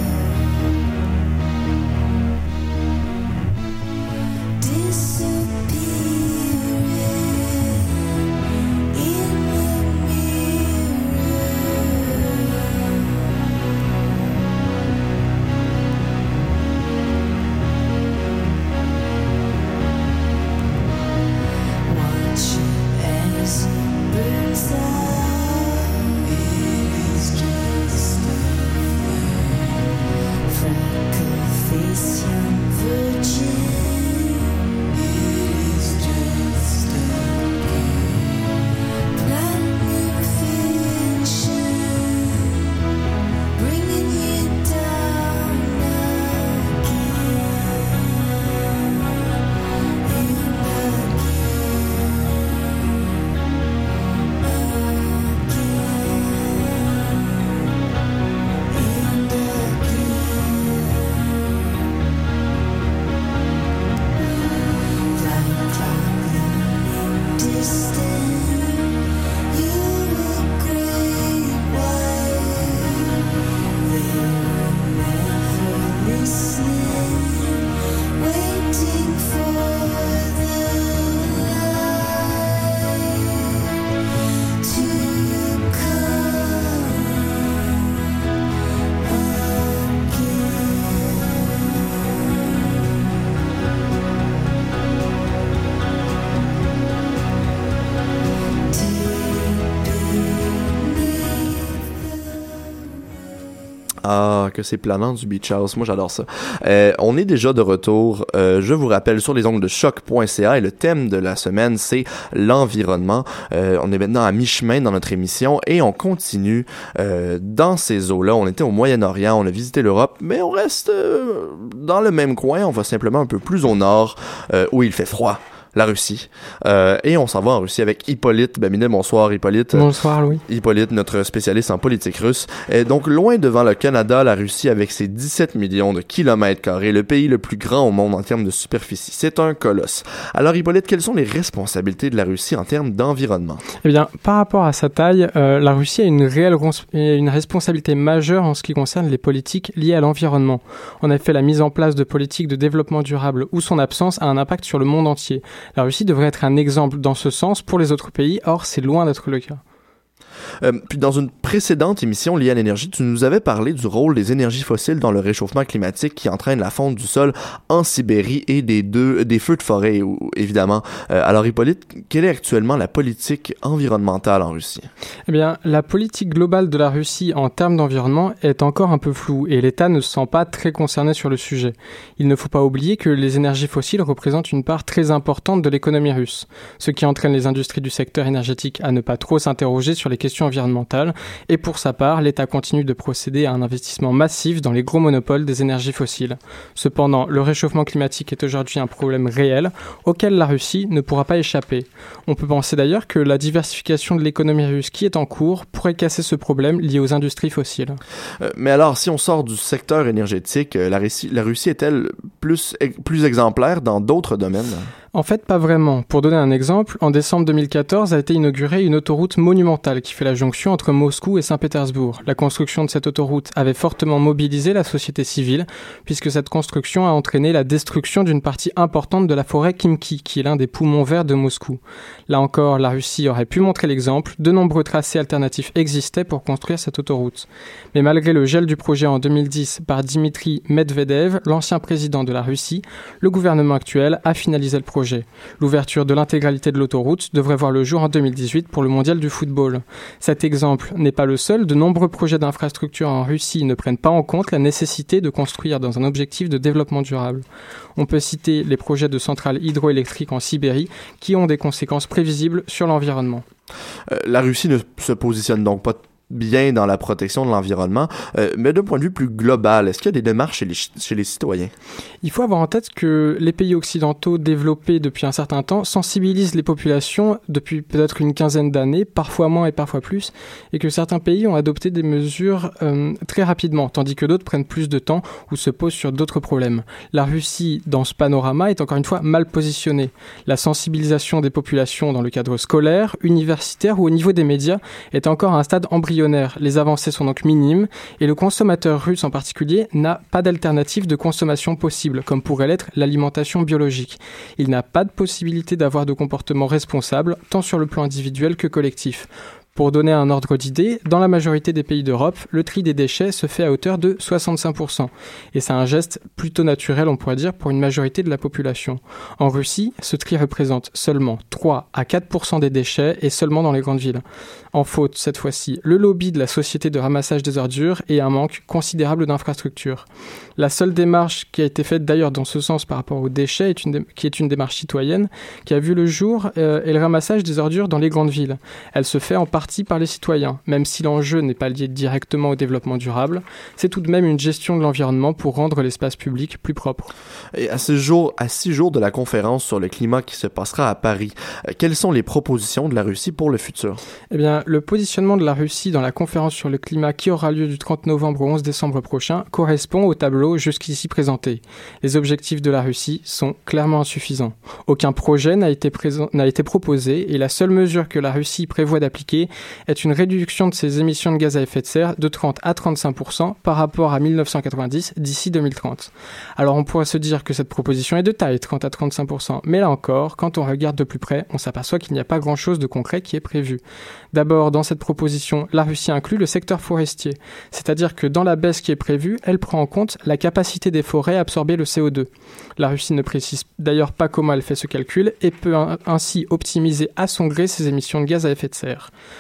Ah, que c'est planant du Beach House. Moi, j'adore ça. Euh, on est déjà de retour. Euh, je vous rappelle sur les ondes de choc point c a et le thème de la semaine, c'est l'environnement. Euh, on est maintenant à mi-chemin dans notre émission et on continue euh, dans ces eaux-là. On était au Moyen-Orient, on a visité l'Europe, mais on reste euh, dans le même coin. On va simplement un peu plus au nord euh, où il fait froid. La Russie. Euh, et on s'en va en Russie avec Hippolyte Baminet. Bonsoir, Hippolyte. Bonsoir, Louis. Hippolyte, notre spécialiste en politique russe. Et donc, loin devant le Canada, la Russie, avec ses dix-sept millions de kilomètres carrés, le pays le plus grand au monde en termes de superficie. C'est un colosse. Alors, Hippolyte, quelles sont les responsabilités de la Russie en termes d'environnement? Eh bien, par rapport à sa taille, euh, la Russie a une réelle une responsabilité majeure en ce qui concerne les politiques liées à l'environnement. En effet, la mise en place de politiques de développement durable ou son absence a un impact sur le monde entier. La Russie devrait être un exemple dans ce sens pour les autres pays, or c'est loin d'être le cas. Euh, puis dans une précédente émission liée à l'énergie, tu nous avais parlé du rôle des énergies fossiles dans le réchauffement climatique qui entraîne la fonte du sol en Sibérie et des, deux, des feux de forêt, évidemment. Euh, alors Hippolyte, quelle est actuellement la politique environnementale en Russie? Eh bien, la politique globale de la Russie en termes d'environnement est encore un peu floue et l'État ne se sent pas très concerné sur le sujet. Il ne faut pas oublier que les énergies fossiles représentent une part très importante de l'économie russe, ce qui entraîne les industries du secteur énergétique à ne pas trop s'interroger sur les questions environnementales, et pour sa part, l'État continue de procéder à un investissement massif dans les gros monopoles des énergies fossiles. Cependant, le réchauffement climatique est aujourd'hui un problème réel auquel la Russie ne pourra pas échapper. On peut penser d'ailleurs que la diversification de l'économie russe qui est en cours pourrait casser ce problème lié aux industries fossiles. Euh, mais alors, si on sort du secteur énergétique, la Russie, la Russie est-elle plus, plus exemplaire dans d'autres domaines? En fait, pas vraiment. Pour donner un exemple, en décembre deux mille quatorze a été inaugurée une autoroute monumentale qui fait la jonction entre Moscou et Saint-Pétersbourg. La construction de cette autoroute avait fortement mobilisé la société civile, puisque cette construction a entraîné la destruction d'une partie importante de la forêt Khimki, qui est l'un des poumons verts de Moscou. Là encore, la Russie aurait pu montrer l'exemple. De nombreux tracés alternatifs existaient pour construire cette autoroute. Mais malgré le gel du projet en deux mille dix par Dmitri Medvedev, l'ancien président de la Russie, le gouvernement actuel a finalisé le projet. L'ouverture de l'intégralité de l'autoroute devrait voir le jour en deux mille dix-huit pour le mondial du football. Cet exemple n'est pas le seul. De nombreux projets d'infrastructure en Russie ne prennent pas en compte la nécessité de construire dans un objectif de développement durable. On peut citer les projets de centrales hydroélectriques en Sibérie qui ont des conséquences prévisibles sur l'environnement. Euh, la Russie ne se positionne donc pas bien dans la protection de l'environnement, euh, mais d'un point de vue plus global, est-ce qu'il y a des démarches chez les, chez les citoyens? Il faut avoir en tête que les pays occidentaux développés depuis un certain temps sensibilisent les populations depuis peut-être une quinzaine d'années, parfois moins et parfois plus, et que certains pays ont adopté des mesures euh, très rapidement, tandis que d'autres prennent plus de temps ou se posent sur d'autres problèmes. La Russie, dans ce panorama, est encore une fois mal positionnée. La sensibilisation des populations dans le cadre scolaire, universitaire ou au niveau des médias est encore à un stade embryonnaire. Les avancées sont donc minimes et le consommateur russe en particulier n'a pas d'alternative de consommation possible, comme pourrait l'être l'alimentation biologique. Il n'a pas de possibilité d'avoir de comportement responsable, tant sur le plan individuel que collectif. Pour donner un ordre d'idée, dans la majorité des pays d'Europe, le tri des déchets se fait à hauteur de soixante-cinq pour cent. Et c'est un geste plutôt naturel, on pourrait dire, pour une majorité de la population. En Russie, ce tri représente seulement trois à quatre pour cent des déchets et seulement dans les grandes villes. En faute, cette fois-ci, le lobby de la société de ramassage des ordures et un manque considérable d'infrastructures. La seule démarche qui a été faite d'ailleurs dans ce sens par rapport aux déchets, est une dé- qui est une démarche citoyenne, qui a vu le jour, euh, est le ramassage des ordures dans les grandes villes. Elle se fait en partie par les citoyens. Même si l'enjeu n'est pas lié directement au développement durable, c'est tout de même une gestion de l'environnement pour rendre l'espace public plus propre. Et à ce jour, à six jours de la conférence sur le climat qui se passera à Paris, euh, quelles sont les propositions de la Russie pour le futur? Eh bien, le positionnement de la Russie dans la conférence sur le climat qui aura lieu du trente novembre au onze décembre prochain correspond au tableau jusqu'ici présenté. Les objectifs de la Russie sont clairement insuffisants. Aucun projet n'a été, présent, n'a été proposé et la seule mesure que la Russie prévoit d'appliquer est une réduction de ses émissions de gaz à effet de serre de trente à trente-cinq pour cent par rapport à mille neuf cent quatre-vingt-dix d'ici deux mille trente. Alors on pourrait se dire que cette proposition est de taille, trente à trente-cinq pour cent, mais là encore, quand on regarde de plus près, on s'aperçoit qu'il n'y a pas grand-chose de concret qui est prévu. D'abord, dans cette proposition, la Russie inclut le secteur forestier, c'est-à-dire que dans la baisse qui est prévue, elle prend en compte la capacité des forêts à absorber le C O deux. La Russie ne précise d'ailleurs pas comment elle fait ce calcul et peut ainsi optimiser à son gré ses émissions de gaz à effet de serre.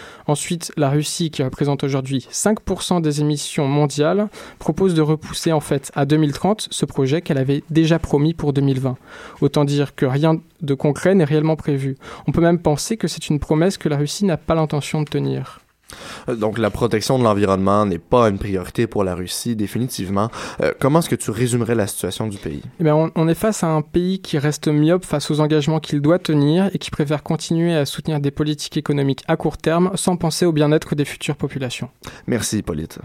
Ensuite, la Russie, qui représente aujourd'hui cinq pour cent des émissions mondiales, propose de repousser en fait à deux mille trente ce projet qu'elle avait déjà promis pour deux mille vingt. Autant dire que rien de concret n'est réellement prévu. On peut même penser que c'est une promesse que la Russie n'a pas l'intention de tenir. Donc, la protection de l'environnement n'est pas une priorité pour la Russie, définitivement. Euh, comment est-ce que tu résumerais la situation du pays? Eh bien, on, on est face à un pays qui reste myope face aux engagements qu'il doit tenir et qui préfère continuer à soutenir des politiques économiques à court terme sans penser au bien-être des futures populations. Merci, Hippolyte.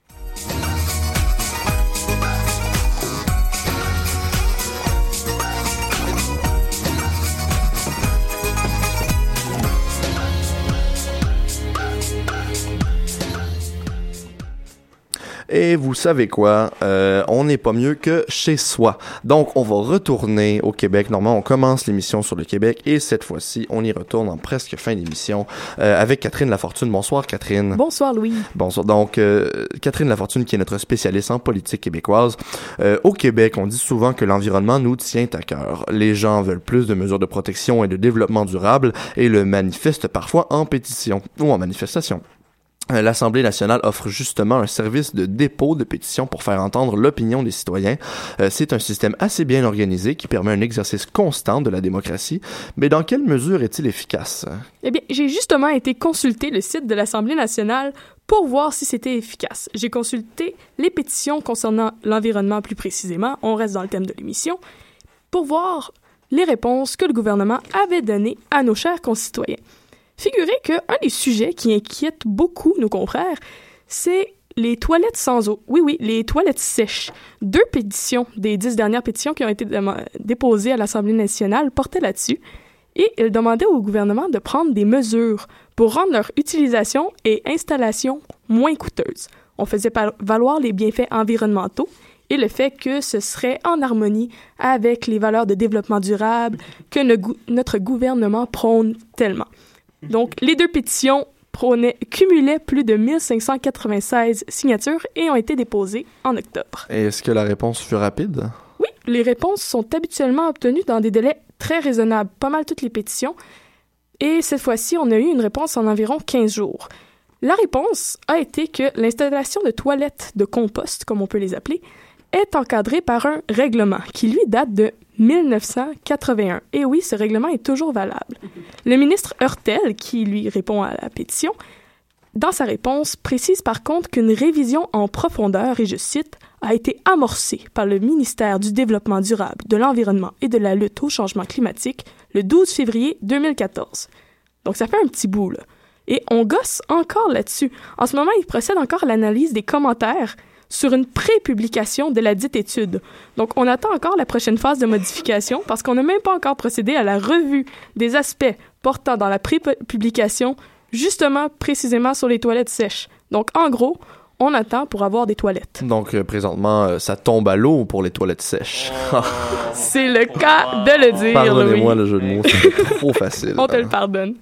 Et vous savez quoi, euh, on n'est pas mieux que chez soi. Donc, on va retourner au Québec. Normalement, on commence l'émission sur le Québec et cette fois-ci, on y retourne en presque fin d'émission euh, avec Catherine Lafortune. Bonsoir, Catherine. Bonsoir, Louis. Bonsoir. Donc, euh, Catherine Lafortune, qui est notre spécialiste en politique québécoise. Euh, au Québec, on dit souvent que l'environnement nous tient à cœur. Les gens veulent plus de mesures de protection et de développement durable et le manifestent parfois en pétition ou en manifestation. L'Assemblée nationale offre justement un service de dépôt de pétitions pour faire entendre l'opinion des citoyens. Euh, c'est un système assez bien organisé qui permet un exercice constant de la démocratie. Mais dans quelle mesure est-il efficace? Eh bien, j'ai justement été consulter le site de l'Assemblée nationale pour voir si c'était efficace. J'ai consulté les pétitions concernant l'environnement plus précisément, on reste dans le thème de l'émission, pour voir les réponses que le gouvernement avait données à nos chers concitoyens. Figurez qu'un des sujets qui inquiète beaucoup nos confrères, c'est les toilettes sans eau. Oui, oui, les toilettes sèches. Deux pétitions, des dix dernières pétitions qui ont été dé- déposées à l'Assemblée nationale portaient là-dessus. Et elles demandaient au gouvernement de prendre des mesures pour rendre leur utilisation et installation moins coûteuses. On faisait par- valoir les bienfaits environnementaux et le fait que ce serait en harmonie avec les valeurs de développement durable que no- notre gouvernement prône tellement. Donc, les deux pétitions prônaient, cumulaient plus de mille cinq cent quatre-vingt-seize signatures et ont été déposées en octobre. Et est-ce que la réponse fut rapide? Oui, les réponses sont habituellement obtenues dans des délais très raisonnables, pas mal toutes les pétitions. Et cette fois-ci, on a eu une réponse en environ quinze jours. La réponse a été que l'installation de toilettes de compost, comme on peut les appeler, est encadrée par un règlement qui, lui, date de mille neuf cent quatre-vingt-un. Et oui, ce règlement est toujours valable. Le ministre Hurtel, qui lui répond à la pétition, dans sa réponse, précise par contre qu'une révision en profondeur, et je cite, a été amorcée par le ministère du Développement durable, de l'Environnement et de la lutte au changement climatique le douze février deux mille quatorze. Donc ça fait un petit bout, là. Et on gosse encore là-dessus. En ce moment, il procède encore à l'analyse des commentaires sur une pré-publication de la dite étude. Donc, on attend encore la prochaine phase de modification parce qu'on n'a même pas encore procédé à la revue des aspects portant dans la pré-publication, justement, précisément sur les toilettes sèches. Donc, en gros, on attend pour avoir des toilettes. Donc, euh, présentement, euh, ça tombe à l'eau pour les toilettes sèches. C'est le cas de le dire, Pardonnez-moi Louis. le jeu de mots, c'est trop facile. On te le pardonne.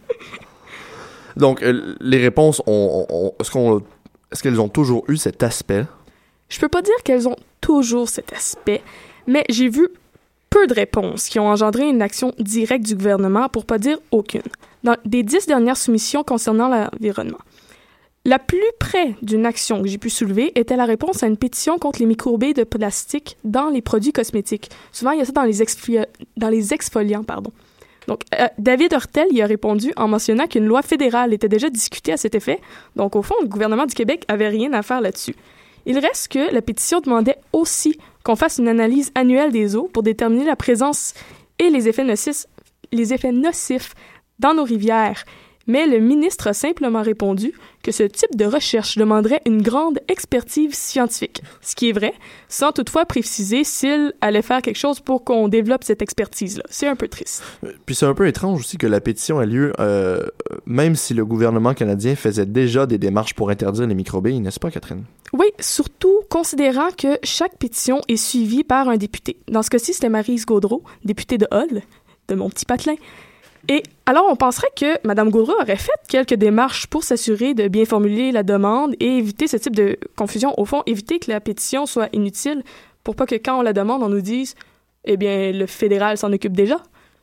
Donc, euh, les réponses, ont, ont, ont, est-ce, qu'on, est-ce qu'elles ont toujours eu cet aspect? Je peux pas dire qu'elles ont toujours cet aspect, mais j'ai vu peu de réponses qui ont engendré une action directe du gouvernement, pour pas dire aucune, dans des dix dernières soumissions concernant l'environnement. La plus près d'une action que j'ai pu soulever était la réponse à une pétition contre les microbes de plastique dans les produits cosmétiques. Souvent, il y a ça dans les, exfoli- dans les exfoliants, pardon. Donc, euh, David Hurtel y a répondu en mentionnant qu'une loi fédérale était déjà discutée à cet effet. Donc, au fond, le gouvernement du Québec avait rien à faire là-dessus. Il reste que la pétition demandait aussi qu'on fasse une analyse annuelle des eaux pour déterminer la présence et les effets nocifs, les effets nocifs dans nos rivières. Mais le ministre a simplement répondu que ce type de recherche demanderait une grande expertise scientifique, ce qui est vrai, sans toutefois préciser s'il allait faire quelque chose pour qu'on développe cette expertise-là. C'est un peu triste. Puis c'est un peu étrange aussi que la pétition ait lieu, euh, même si le gouvernement canadien faisait déjà des démarches pour interdire les microbilles, n'est-ce pas, Catherine? Oui, surtout considérant que chaque pétition est suivie par un député. Dans ce cas-ci, c'était Maryse Gaudreault, députée de Hull, de mon petit patelin. Et alors, on penserait que Mme Gaudreault aurait fait quelques démarches pour s'assurer de bien formuler la demande et éviter ce type de confusion. Au fond, éviter que la pétition soit inutile pour pas que quand on la demande, on nous dise « Eh bien, le fédéral s'en occupe déjà ».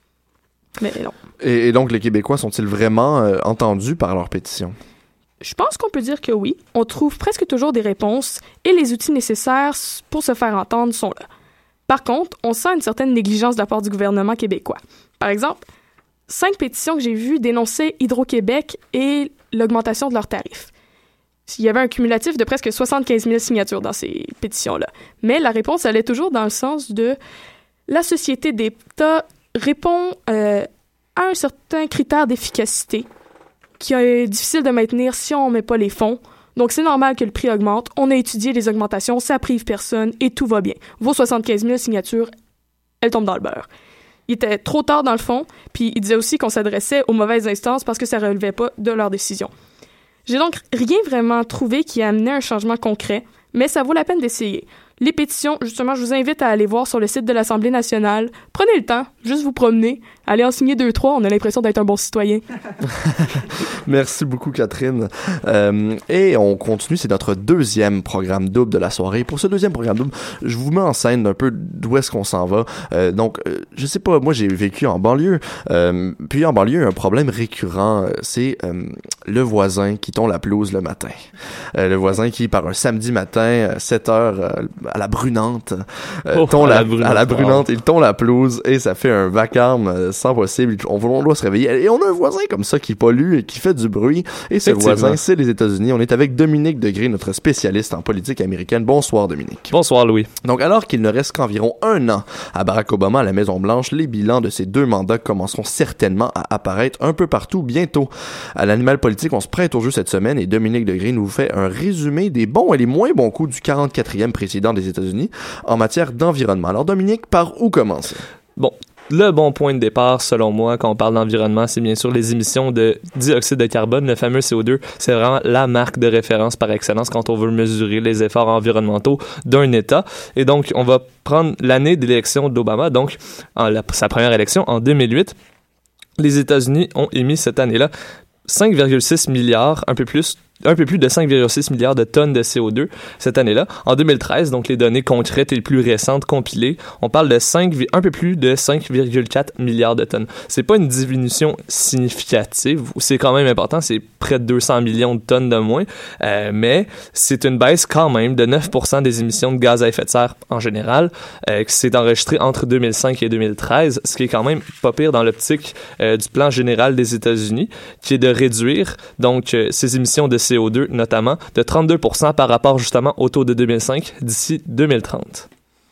Mais non. Et, et donc, les Québécois sont-ils vraiment euh, entendus par leur pétition? Je pense qu'on peut dire que oui. On trouve presque toujours des réponses et les outils nécessaires pour se faire entendre sont là. Par contre, on sent une certaine négligence de la part du gouvernement québécois. Par exemple, cinq pétitions que j'ai vues dénonçaient Hydro-Québec et l'augmentation de leurs tarifs. Il y avait un cumulatif de presque soixante-quinze mille signatures dans ces pétitions-là. Mais la réponse allait toujours dans le sens de la société d'État répond euh, à un certain critère d'efficacité qui est difficile de maintenir si on ne met pas les fonds. Donc, c'est normal que le prix augmente. On a étudié les augmentations, ça prive personne et tout va bien. Vos soixante-quinze mille signatures, elles tombent dans le beurre. Il était trop tard dans le fond, puis il disait aussi qu'on s'adressait aux mauvaises instances parce que ça ne relevait pas de leurs décisions. J'ai donc rien vraiment trouvé qui a amené un changement concret, mais ça vaut la peine d'essayer. Les pétitions, justement, je vous invite à aller voir sur le site de l'Assemblée nationale. Prenez le temps, juste vous promener, allez en signer deux, trois, on a l'impression d'être un bon citoyen. Merci beaucoup, Catherine. Euh, et on continue, c'est notre deuxième programme double de la soirée. Pour ce deuxième programme double, je vous mets en scène un peu d'où est-ce qu'on s'en va. Euh, donc, euh, je sais pas, moi j'ai vécu en banlieue, euh, puis en banlieue, un problème récurrent, c'est euh, le voisin qui tombe la pelouse le matin. Euh, le voisin qui, par un samedi matin, sept heures, euh, à la brunante, euh, oh, tombe à, la, la brunante. à la brunante, il tombe la pelouse et ça fait un vacarme euh, sans possible. On, on doit se réveiller. Et on a un voisin comme ça qui pollue et qui fait du bruit. Et ce voisin, c'est les États-Unis. On est avec Dominique Degré, notre spécialiste en politique américaine. Bonsoir, Dominique. Bonsoir, Louis. Donc, alors qu'il ne reste qu'environ un an à Barack Obama à la Maison-Blanche, les bilans de ces deux mandats commenceront certainement à apparaître un peu partout bientôt. À l'Animal Politique, on se prête au jeu cette semaine et Dominique Degré nous fait un résumé des bons et les moins bons coups du quarante-quatrième président des États-Unis en matière d'environnement. Alors, Dominique, par où commencer? Bon. Le bon point de départ, selon moi, quand on parle d'environnement, c'est bien sûr les émissions de dioxyde de carbone, le fameux C O deux. C'est vraiment la marque de référence par excellence quand on veut mesurer les efforts environnementaux d'un État. Et donc, on va prendre l'année d'élection d'Obama, donc en la, sa première élection en deux mille huit. Les États-Unis ont émis cette année-là cinq virgule six milliards, un peu plus, un peu plus de cinq virgule six milliards de tonnes de C O deux cette année-là. En deux mille treize, donc les données concrètes et les plus récentes compilées, on parle de cinq, un peu plus de cinq virgule quatre milliards de tonnes. C'est pas une diminution significative, c'est quand même important, c'est près de deux cents millions de tonnes de moins, euh, mais c'est une baisse quand même de neuf pour cent des émissions de gaz à effet de serre en général, euh, qui s'est enregistré entre deux mille cinq et deux mille treize, ce qui est quand même pas pire dans l'optique euh, du plan général des États-Unis, qui est de réduire donc euh, ces émissions de C O deux notamment de trente-deux pour cent par rapport justement au taux de deux mille cinq d'ici deux mille trente.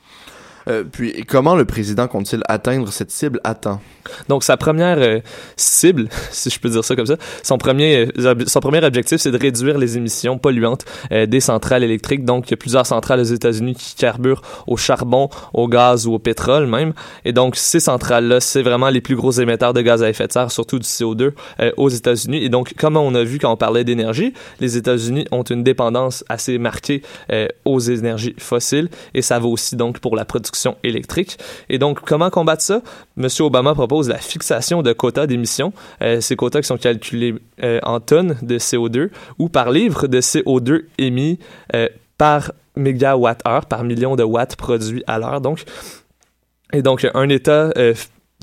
Euh, puis, comment le président compte-t-il atteindre cette cible à temps? Donc, sa première euh, cible, si je peux dire ça comme ça, son premier, euh, son premier objectif, c'est de réduire les émissions polluantes euh, des centrales électriques. Donc, il y a plusieurs centrales aux États-Unis qui carburent au charbon, au gaz ou au pétrole même. Et donc, ces centrales-là, c'est vraiment les plus gros émetteurs de gaz à effet de serre, surtout du C O deux euh, aux États-Unis. Et donc, comme on a vu quand on parlait d'énergie, les États-Unis ont une dépendance assez marquée euh, aux énergies fossiles. Et ça vaut aussi donc pour la production électrique. Et donc, comment combattre ça? Monsieur Obama propose la fixation de quotas d'émissions. Euh, ces quotas qui sont calculés euh, en tonnes de C O deux ou par livre de C O deux émis euh, par mégawatt-heure, par million de watts produits à l'heure. Donc, et donc, un État euh,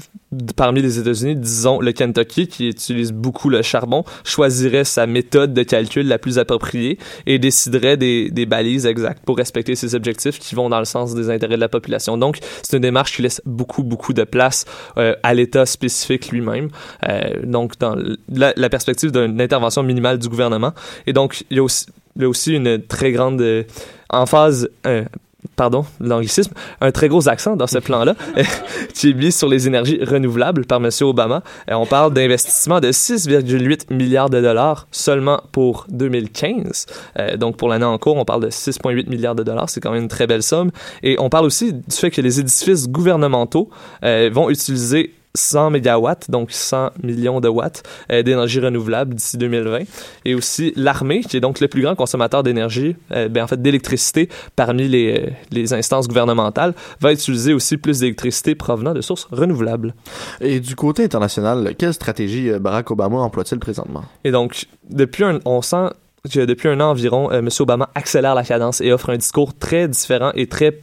parmi les États-Unis, disons le Kentucky, qui utilise beaucoup le charbon, choisirait sa méthode de calcul la plus appropriée et déciderait des, des balises exactes pour respecter ses objectifs qui vont dans le sens des intérêts de la population. Donc, c'est une démarche qui laisse beaucoup, beaucoup de place euh, à l'État spécifique lui-même. Euh, donc, dans la, la perspective d'une intervention minimale du gouvernement. Et donc, il y a aussi, il y a aussi une très grande euh, emphase... Euh, pardon, l'anglicisme, un très gros accent dans ce plan-là, qui est mis sur les énergies renouvelables par M. Obama. Et on parle d'investissement de six virgule huit milliards de dollars seulement pour deux mille quinze. Euh, donc, pour l'année en cours, on parle de six virgule huit milliards de dollars. C'est quand même une très belle somme. Et on parle aussi du fait que les édifices gouvernementaux euh, vont utiliser cent mégawatts, donc cent millions de watts euh, d'énergie renouvelable d'ici deux mille vingt. Et aussi l'armée, qui est donc le plus grand consommateur d'énergie, euh, ben en fait d'électricité parmi les, euh, les instances gouvernementales, va utiliser aussi plus d'électricité provenant de sources renouvelables. Et du côté international, quelle stratégie Barack Obama emploie-t-il présentement? Et donc, depuis un, on sent que depuis un an environ, euh, M. Obama accélère la cadence et offre un discours très différent et très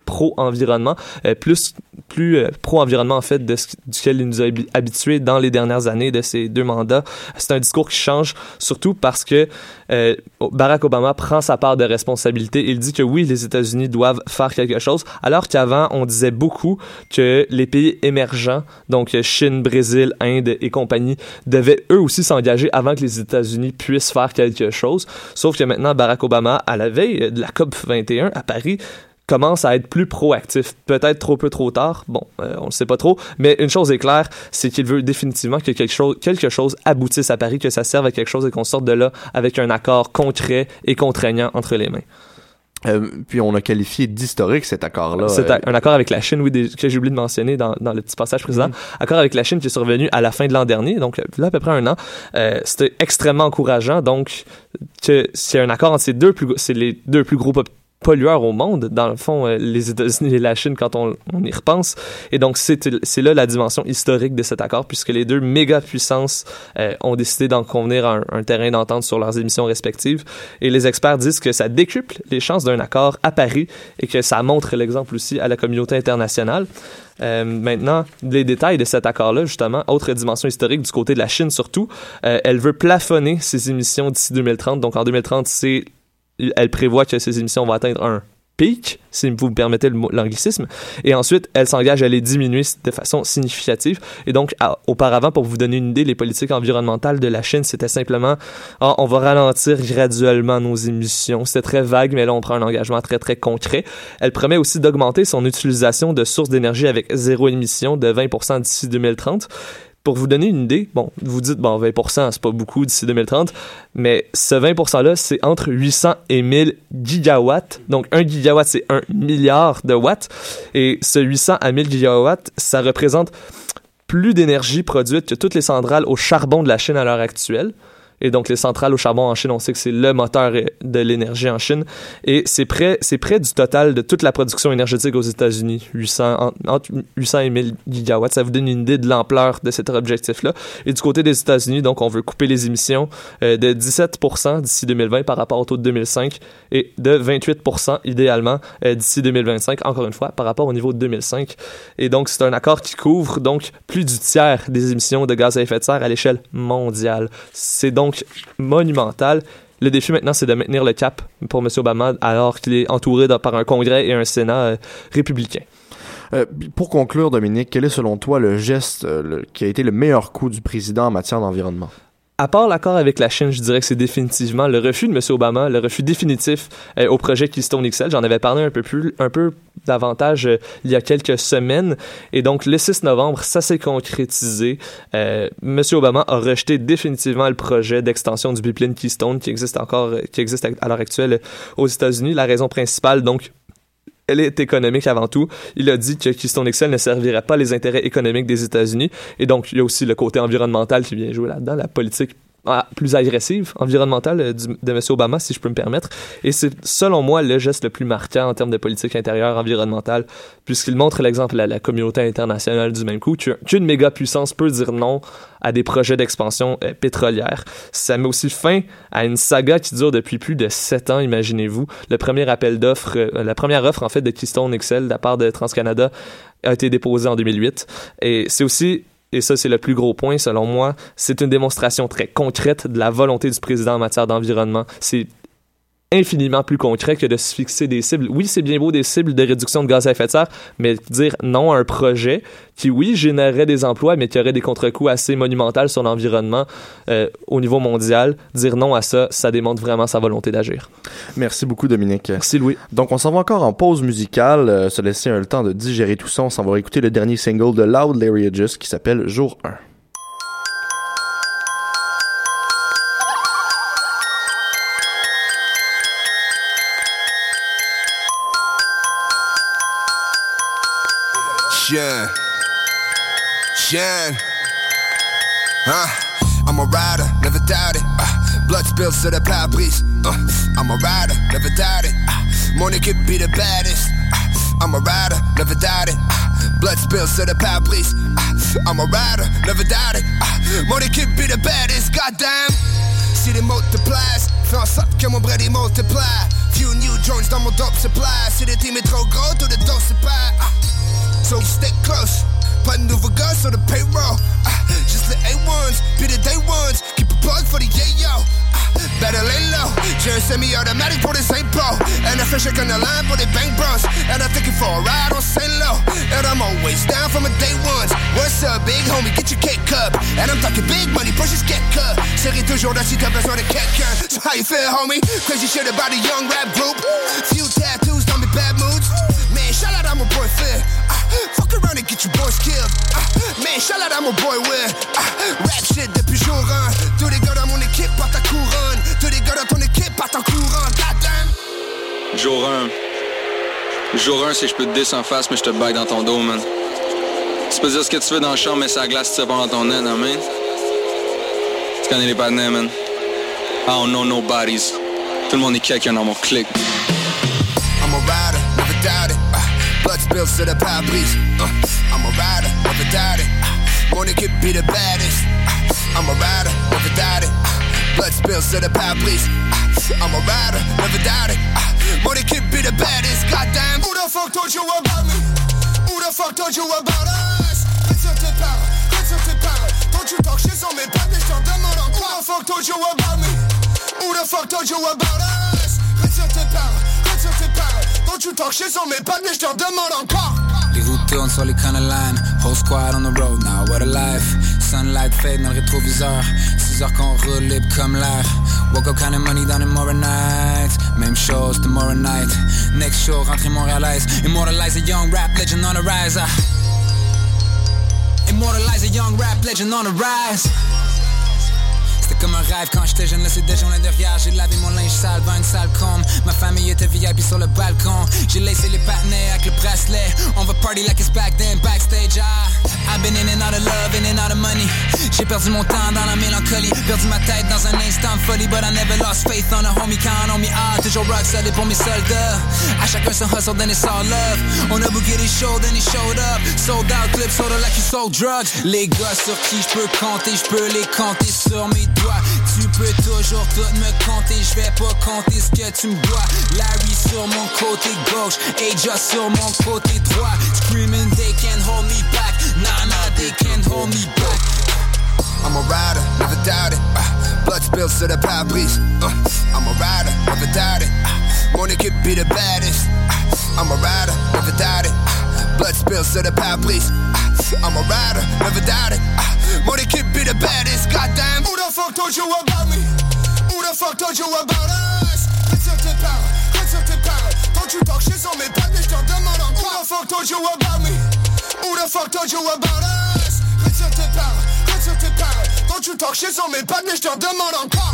pro-environnement, euh, plus plus euh, pro-environnement en fait de ce, duquel il nous a habitués dans les dernières années de ces deux mandats. C'est un discours qui change surtout parce que euh, Barack Obama prend sa part de responsabilité. Il dit que oui, les États-Unis doivent faire quelque chose, alors qu'avant on disait beaucoup que les pays émergents, donc Chine, Brésil, Inde et compagnie, devaient eux aussi s'engager avant que les États-Unis puissent faire quelque chose. Sauf que maintenant Barack Obama, à la veille de la COP vingt et un à Paris, commence à être plus proactif. Peut-être trop peu trop tard, bon, euh, on ne sait pas trop, mais une chose est claire, c'est qu'il veut définitivement que quelque chose, quelque chose aboutisse à Paris, que ça serve à quelque chose et qu'on sorte de là avec un accord concret et contraignant entre les mains. Euh, puis on a qualifié d'historique cet accord-là. C'est euh... un accord avec la Chine, oui, des, que j'ai oublié de mentionner dans, dans le petit passage précédent. Mm-hmm. Accord avec la Chine qui est survenu à la fin de l'an dernier, donc là à peu près un an. Euh, c'était extrêmement encourageant, donc que c'est un accord entre ces deux plus, c'est les deux plus gros pop- pollueurs au monde, dans le fond, euh, les États-Unis et la Chine quand on, on y repense. Et donc, c'est, c'est là la dimension historique de cet accord, puisque les deux méga-puissances euh, ont décidé d'en convenir à un, un terrain d'entente sur leurs émissions respectives. Et les experts disent que ça décuple les chances d'un accord à Paris et que ça montre l'exemple aussi à la communauté internationale. Euh, maintenant, les détails de cet accord-là, justement, autre dimension historique du côté de la Chine surtout, euh, elle veut plafonner ses émissions d'ici deux mille trente. Donc, en deux mille trente, c'est elle prévoit que ces émissions vont atteindre un pic, si vous me permettez le mot, l'anglicisme, et ensuite, elle s'engage à les diminuer de façon significative. Et donc, à, auparavant, pour vous donner une idée, les politiques environnementales de la Chine, c'était simplement ah, on va ralentir graduellement nos émissions. C'était très vague, mais là, on prend un engagement très, très concret. Elle promet aussi d'augmenter son utilisation de sources d'énergie avec zéro émission de vingt pour cent d'ici deux mille trente. Pour vous donner une idée, bon, vous dites, bon, vingt pour cent, c'est pas beaucoup d'ici deux mille trente, mais ce vingt pour cent-là, c'est entre huit cents et mille gigawatts. Donc, un gigawatt, c'est un milliard de watts. Et ce huit cents à mille gigawatts, ça représente plus d'énergie produite que toutes les centrales au charbon de la Chine à l'heure actuelle. Et donc, les centrales au charbon en Chine, on sait que c'est le moteur de l'énergie en Chine. Et c'est près, c'est près du total de toute la production énergétique aux États-Unis, huit cents, entre huit cents et mille gigawatts. Ça vous donne une idée de l'ampleur de cet objectif-là. Et du côté des États-Unis, donc, on veut couper les émissions euh, de dix-sept pour cent d'ici deux mille vingt par rapport au taux de deux mille cinq et de vingt-huit pour cent idéalement euh, d'ici deux mille vingt-cinq, encore une fois, par rapport au niveau de deux mille cinq. Et donc, c'est un accord qui couvre donc plus du tiers des émissions de gaz à effet de serre à l'échelle mondiale. C'est donc Donc, monumental. Le défi maintenant, c'est de maintenir le cap pour M. Obama alors qu'il est entouré de, par un Congrès et un Sénat euh, républicain. Euh, pour conclure, Dominique, quel est selon toi le geste euh, le, qui a été le meilleur coup du président en matière d'environnement? À part l'accord avec la Chine, je dirais que c'est définitivement le refus de M. Obama, le refus définitif euh, au projet Keystone X L. J'en avais parlé un peu plus, un peu davantage euh, il y a quelques semaines. Et donc, le six novembre, ça s'est concrétisé. Euh, M. Obama a rejeté définitivement le projet d'extension du pipeline Keystone qui existe encore, qui existe à l'heure actuelle aux États-Unis. La raison principale, donc, elle est économique avant tout. Il a dit que Keystone X L ne servirait pas les intérêts économiques des États-Unis. Et donc, il y a aussi le côté environnemental qui vient jouer là-dedans, la politique ah, plus agressive, environnementale euh, du, de M. Obama, si je peux me permettre. Et c'est, selon moi, le geste le plus marquant en termes de politique intérieure environnementale, puisqu'il montre l'exemple à la communauté internationale du même coup, qu'une méga puissance peut dire non à des projets d'expansion euh, pétrolière. Ça met aussi fin à une saga qui dure depuis plus de sept ans, imaginez-vous. Le premier appel d'offres, euh, la première offre, en fait, de Keystone X L de la part de TransCanada a été déposée en deux mille huit. Et c'est aussi... Et ça, c'est le plus gros point, selon moi. C'est une démonstration très concrète de la volonté du président en matière d'environnement. C'est infiniment plus concret que de se fixer des cibles. Oui, c'est bien beau des cibles de réduction de gaz à effet de serre, mais dire non à un projet qui, oui, générerait des emplois, mais qui aurait des contre-coups assez monumentaux sur l'environnement euh, au niveau mondial, dire non à ça, ça démontre vraiment sa volonté d'agir. Merci beaucoup, Dominique. Merci, Louis. Donc, on s'en va encore en pause musicale, euh, se laisser un, le temps de digérer tout ça. On s'en va écouter le dernier single de Loud Larry Just qui s'appelle Jour un. Shine, shine, huh? I'm a rider, never doubt it. Uh, blood spills to the pare-brise. Uh, I'm a rider, never doubt it. Uh, money could be the baddest. Uh, I'm a rider, never doubt it. Uh, blood spills to the pare-brise. Uh, I'm a rider, never doubt it. Uh, money could be the baddest. Goddamn. L'acide multiplies, fais en sorte que mon bread il multiplie. Few new joints dans mon dope supply. Si le team est trop gros, tout le dos c'est pas. Ah. So stay close. Pas de nouveau gars sur le payroll. Ah. Just the A ones, be the day ones. Keep a plug for the yeah yo. Better lay low. J'ai un semi-automatic pour les impôts. And a fresh on the line pour les bang bros. And I take it for a ride on Saint Low. And I'm always down from a day ones. What's up, big homie? Get your cake cup. And I'm talking big money, push his get cut. Serré toujours là si t'as besoin de quelqu'un. So how you feel, homie? Crazy shit about a young rap group. Few tattoos, don't be bad moods. Man, shout out à mon boy Phil. Ah, fuck around and get your boys killed. Ah, man, shout out à mon boy Will. Ah, rap shit depuis jour un. Tous les gars dans mon équipe partent à couronne. Tous les gars dans ton équipe partent en courant. Goddamn. Jour un. Jour un, c'est que je peux te diss en face, mais je te baille dans ton dos, man. Tu peux dire ce que tu veux dans le champ, mais c'est la glace, tu sais pas dans ton nez, non, man. Tu connais les partenaires, man. I don't know nobodies. Tout le monde est quelqu'un dans mon clique. I'm a rider, never doubt it. Uh, blood spills sur le pare-brise. Uh, I'm a rider, never doubt it. Uh, mon équipe be the baddest. Uh, I'm a rider, never doubt it. Uh, blood spills sur le pare-brise. Uh, I'm a rider, never doubt it. Uh, mon équipe be the baddest. Goddamn, who the fuck told you about me? Who the fuck told you about us? Reste sur tes paroles, reste sur tes paroles. Don't you talk shit sur mes pattes et je t'en demande encore. Who the fuck told you about me? Who the fuck told you about us? Reste sur tes paroles, reste sur tes paroles. Don't you talk shit sur mes pattes et je t'en demande encore. Les routes tournent sur les corner line. Whole squad on the road now, what a life. Sunlight fade dans le rétroviseur. Six heures qu'on roule libre comme l'air. Woke up kind of money down in tomorrow night. Même chose tomorrow night. Next show, rentrée montréalaise. Immortalize a young rap legend on the rise. Uh. Immortalize a young rap legend on the rise. C'était comme un rêve quand j'étais jeune, là c'est déjà loin derrière. J'ai lavé mon linge sale dans une salle comme. Ma famille était V I P sur le balcon. J'ai laissé les partenaires avec le bracelet. On va party like it's back then, backstage. Ah, I've been in and out of love, in and out of money. J'ai perdu mon temps dans la mélancolie. Perdu ma tête dans un instant de folie. But I never lost faith on a homie, count on me. Ah, toujours rock solid pour mes soldats. À chacun son hustle, then it's all love. On a booké des shows, then he showed up. Sold out clips, sold out like you sold drugs. Les gars sur qui j'peux compter, j'peux les compter sur mes doigts. Tu peux toujours tout me compter, je vais pas compter ce que tu me dois. Larry sur mon côté gauche, Aja sur mon côté droit. Screaming they can't hold me back, nah nah they can't hold me back. I'm a rider, never doubt it. Uh, blood spills sur le pare-brise. Uh, I'm a rider, never doubt it. Uh, mon équipe be the baddest. Uh, I'm a rider, never doubt it. Uh, blood spills sur le pare-brise. Uh, I'm a rider, never doubt it. Uh, mon équipe be the baddest. Goddamn, who the fuck told you about me? Who the fuck told you about us? Reste sur tes paroles, reste sur tes paroles. Don't you talk shit sur mes pattes et je t'en demande encore. Who the fuck told you about me? Who the fuck told you about us? Reste sur tes paroles, reste sur tes paroles. Don't you talk shit sur mes pattes et je t'en demande encore.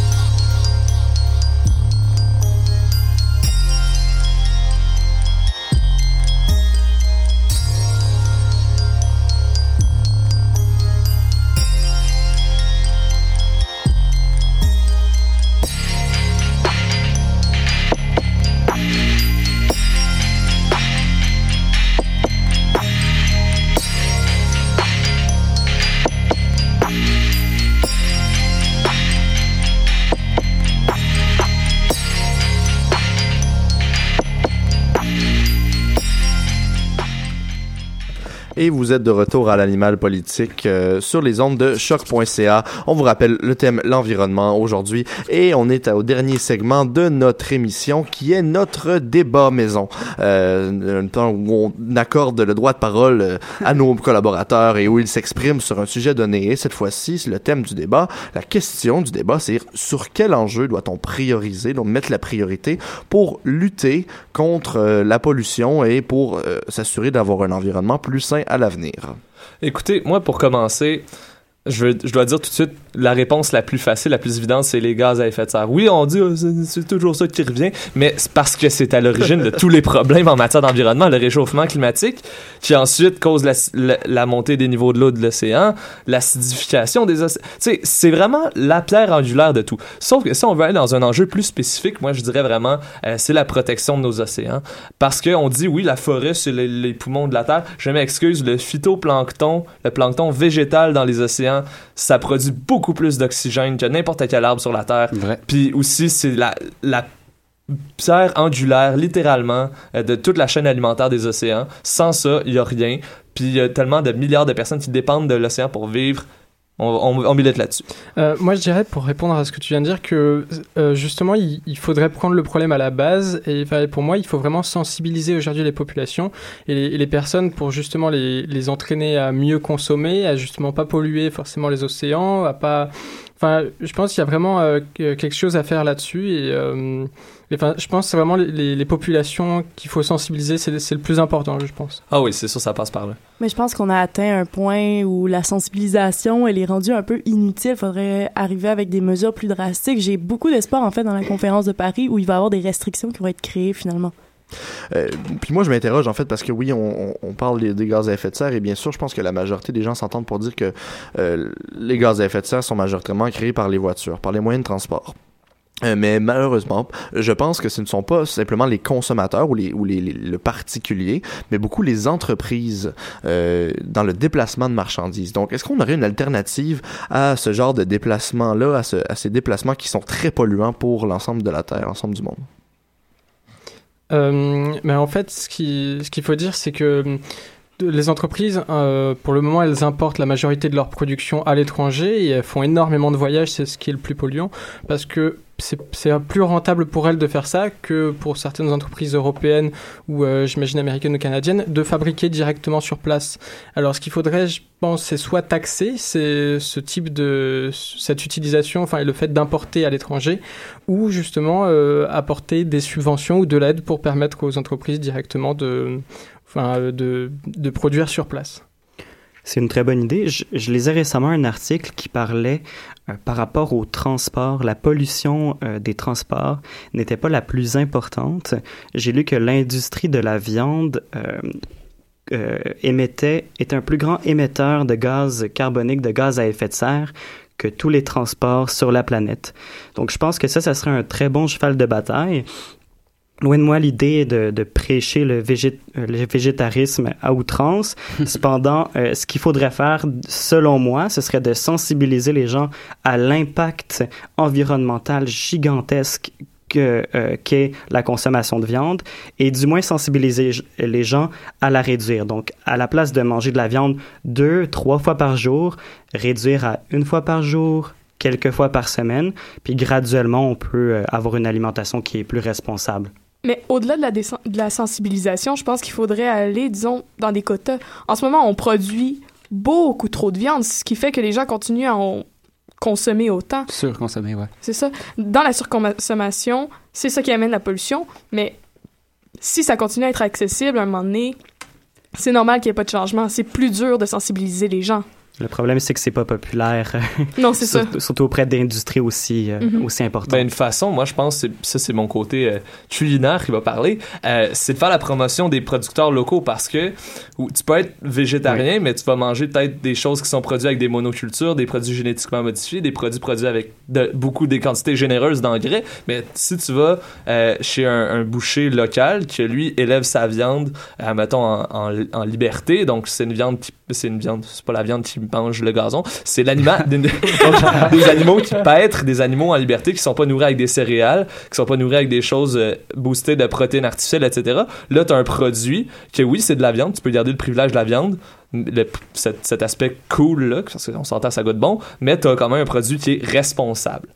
Et vous êtes de retour à l'animal politique euh, sur les ondes de choc point c a. On vous rappelle le thème l'environnement aujourd'hui et on est au dernier segment de notre émission qui est notre débat maison. Euh, un temps où on accorde le droit de parole à nos collaborateurs et où ils s'expriment sur un sujet donné. Et cette fois-ci, le thème du débat, la question du débat, c'est sur quel enjeu doit-on prioriser, donc mettre la priorité pour lutter contre euh, la pollution et pour euh, s'assurer d'avoir un environnement plus sain à l'avenir. Écoutez, moi, pour commencer, je, veux, je dois dire tout de suite, la réponse la plus facile, la plus évidente, c'est les gaz à effet de serre. Oui, on dit, oh, c'est, c'est toujours ça qui revient, mais c'est parce que c'est à l'origine de tous les problèmes en matière d'environnement, le réchauffement climatique, qui ensuite cause la, la, la montée des niveaux de l'eau de l'océan, l'acidification des océans. Tu sais, c'est vraiment la pierre angulaire de tout. Sauf que si on veut aller dans un enjeu plus spécifique, moi, je dirais vraiment, euh, c'est la protection de nos océans. Parce qu'on dit, oui, la forêt, c'est les, les poumons de la Terre. Je m'excuse, le phytoplancton, le plancton végétal dans les océans l'océan, ça produit beaucoup plus d'oxygène que n'importe quel arbre sur la Terre. Puis aussi, c'est la, la pierre angulaire, littéralement, euh, de toute la chaîne alimentaire des océans. Sans ça, il n'y a rien. Puis il y a tellement de milliards de personnes qui dépendent de l'océan pour vivre. On, on, on milite là-dessus. Euh, moi, je dirais, pour répondre à ce que tu viens de dire, que euh, justement, il, il faudrait prendre le problème à la base. Et pour moi, il faut vraiment sensibiliser aujourd'hui les populations et les, et les personnes pour justement les, les entraîner à mieux consommer, à justement pas polluer forcément les océans, à pas... Enfin, je pense qu'il y a vraiment euh, quelque chose à faire là-dessus. Et, euh, et, enfin, je pense que c'est vraiment les, les, les populations qu'il faut sensibiliser. C'est, c'est le plus important, je pense. Ah oui, c'est sûr, ça passe par là. Mais je pense qu'on a atteint un point où la sensibilisation, elle est rendue un peu inutile. Il faudrait arriver avec des mesures plus drastiques. J'ai beaucoup d'espoir, en fait, dans la conférence de Paris, où il va y avoir des restrictions qui vont être créées, finalement. Euh, puis moi je m'interroge en fait parce que oui on, on parle des, des gaz à effet de serre et bien sûr je pense que la majorité des gens s'entendent pour dire que euh, les gaz à effet de serre sont majoritairement créés par les voitures, par les moyens de transport. Euh, mais malheureusement, je pense que ce ne sont pas simplement les consommateurs ou, les, ou les, les, le particulier, mais beaucoup les entreprises euh, dans le déplacement de marchandises. Donc, est-ce qu'on aurait une alternative à ce genre de déplacement-là, à, ce, à ces déplacements qui sont très polluants pour l'ensemble de la Terre, l'ensemble du monde? Euh, mais en fait, ce, qui, ce qu'il faut dire, c'est que les entreprises, euh, pour le moment, elles importent la majorité de leur production à l'étranger et elles font énormément de voyages, c'est ce qui est le plus polluant, parce que c'est, c'est plus rentable pour elles de faire ça que pour certaines entreprises européennes ou, euh, j'imagine, américaines ou canadiennes, de fabriquer directement sur place. Alors, ce qu'il faudrait, je pense, c'est soit taxer c'est, ce type de... cette utilisation, enfin, le fait d'importer à l'étranger, ou justement euh, apporter des subventions ou de l'aide pour permettre aux entreprises directement de... Enfin, de, de produire sur place. C'est une très bonne idée. Je, je lisais récemment un article qui parlait euh, par rapport au transport. La pollution euh, des transports n'était pas la plus importante. J'ai lu que l'industrie de la viande euh, euh, émettait, est un plus grand émetteur de gaz carbonique, de gaz à effet de serre que tous les transports sur la planète. Donc, je pense que ça, ça serait un très bon cheval de bataille. Loin de moi l'idée de, de prêcher le, végét, le végétarisme à outrance. Cependant, euh, ce qu'il faudrait faire, selon moi, ce serait de sensibiliser les gens à l'impact environnemental gigantesque que, euh, qu'est la consommation de viande et du moins sensibiliser les gens à la réduire. Donc, à la place de manger de la viande deux, trois fois par jour, réduire à une fois par jour, quelques fois par semaine, puis graduellement, on peut avoir une alimentation qui est plus responsable. Mais au-delà de la, dé- de la sensibilisation, je pense qu'il faudrait aller, disons, dans des quotas. En ce moment, on produit beaucoup trop de viande, ce qui fait que les gens continuent à en consommer autant. Surconsommer, ouais. C'est ça. Dans la surconsommation, c'est ça qui amène la pollution, mais si ça continue à être accessible, à un moment donné, c'est normal qu'il n'y ait pas de changement. C'est plus dur de sensibiliser les gens. Le problème, c'est que c'est pas populaire. Non, c'est ça. Surtout auprès d'industries aussi, euh, mm-hmm. aussi importantes. Ben, une façon, moi, je pense, c'est, ça, c'est mon côté euh, culinaire qui va parler, euh, c'est de faire la promotion des producteurs locaux parce que tu peux être végétarien, oui. mais tu vas manger peut-être des choses qui sont produites avec des monocultures, des produits génétiquement modifiés, des produits produits avec de, beaucoup des quantités généreuses d'engrais. Mais si tu vas euh, chez un, un boucher local qui, lui, élève sa viande, euh, mettons, en, en, en liberté, donc c'est une viande qui, c'est une viande, c'est pas la viande qui mange le gazon, c'est l'animal des, des animaux qui paîtrent, des animaux en liberté qui sont pas nourris avec des céréales, qui sont pas nourris avec des choses euh, boostées de protéines artificielles, et cetera. Là, t'as un produit que oui, c'est de la viande, tu peux garder le privilège de la viande, le, cet, cet aspect cool là, parce qu'on s'entend ça goûte bon, mais t'as quand même un produit qui est responsable.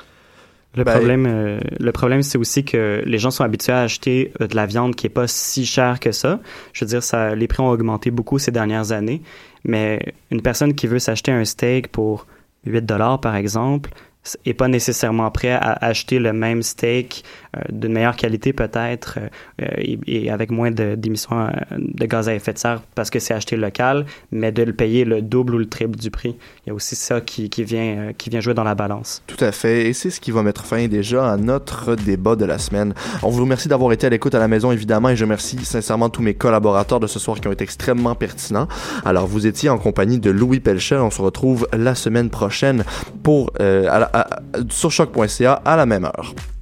Le ben, problème, euh, le problème, c'est aussi que les gens sont habitués à acheter euh, de la viande qui est pas si chère que ça. Je veux dire, ça, les prix ont augmenté beaucoup ces dernières années, mais une personne qui veut s'acheter un steak pour huit dollars, par exemple, est pas nécessairement prêt à acheter le même steak euh, d'une meilleure qualité peut-être euh, et, et avec moins de, d'émissions euh, de gaz à effet de serre parce que c'est acheté local, mais de le payer le double ou le triple du prix. Il y a aussi ça qui, qui, vient, euh, qui vient jouer dans la balance. Tout à fait, et c'est ce qui va mettre fin déjà à notre débat de la semaine. On vous remercie d'avoir été à l'écoute à la maison, évidemment, et je remercie sincèrement tous mes collaborateurs de ce soir qui ont été extrêmement pertinents. Alors, vous étiez en compagnie de Louis Pelchel. On se retrouve la semaine prochaine pour euh, à la, à, sur choc point c a à la même heure.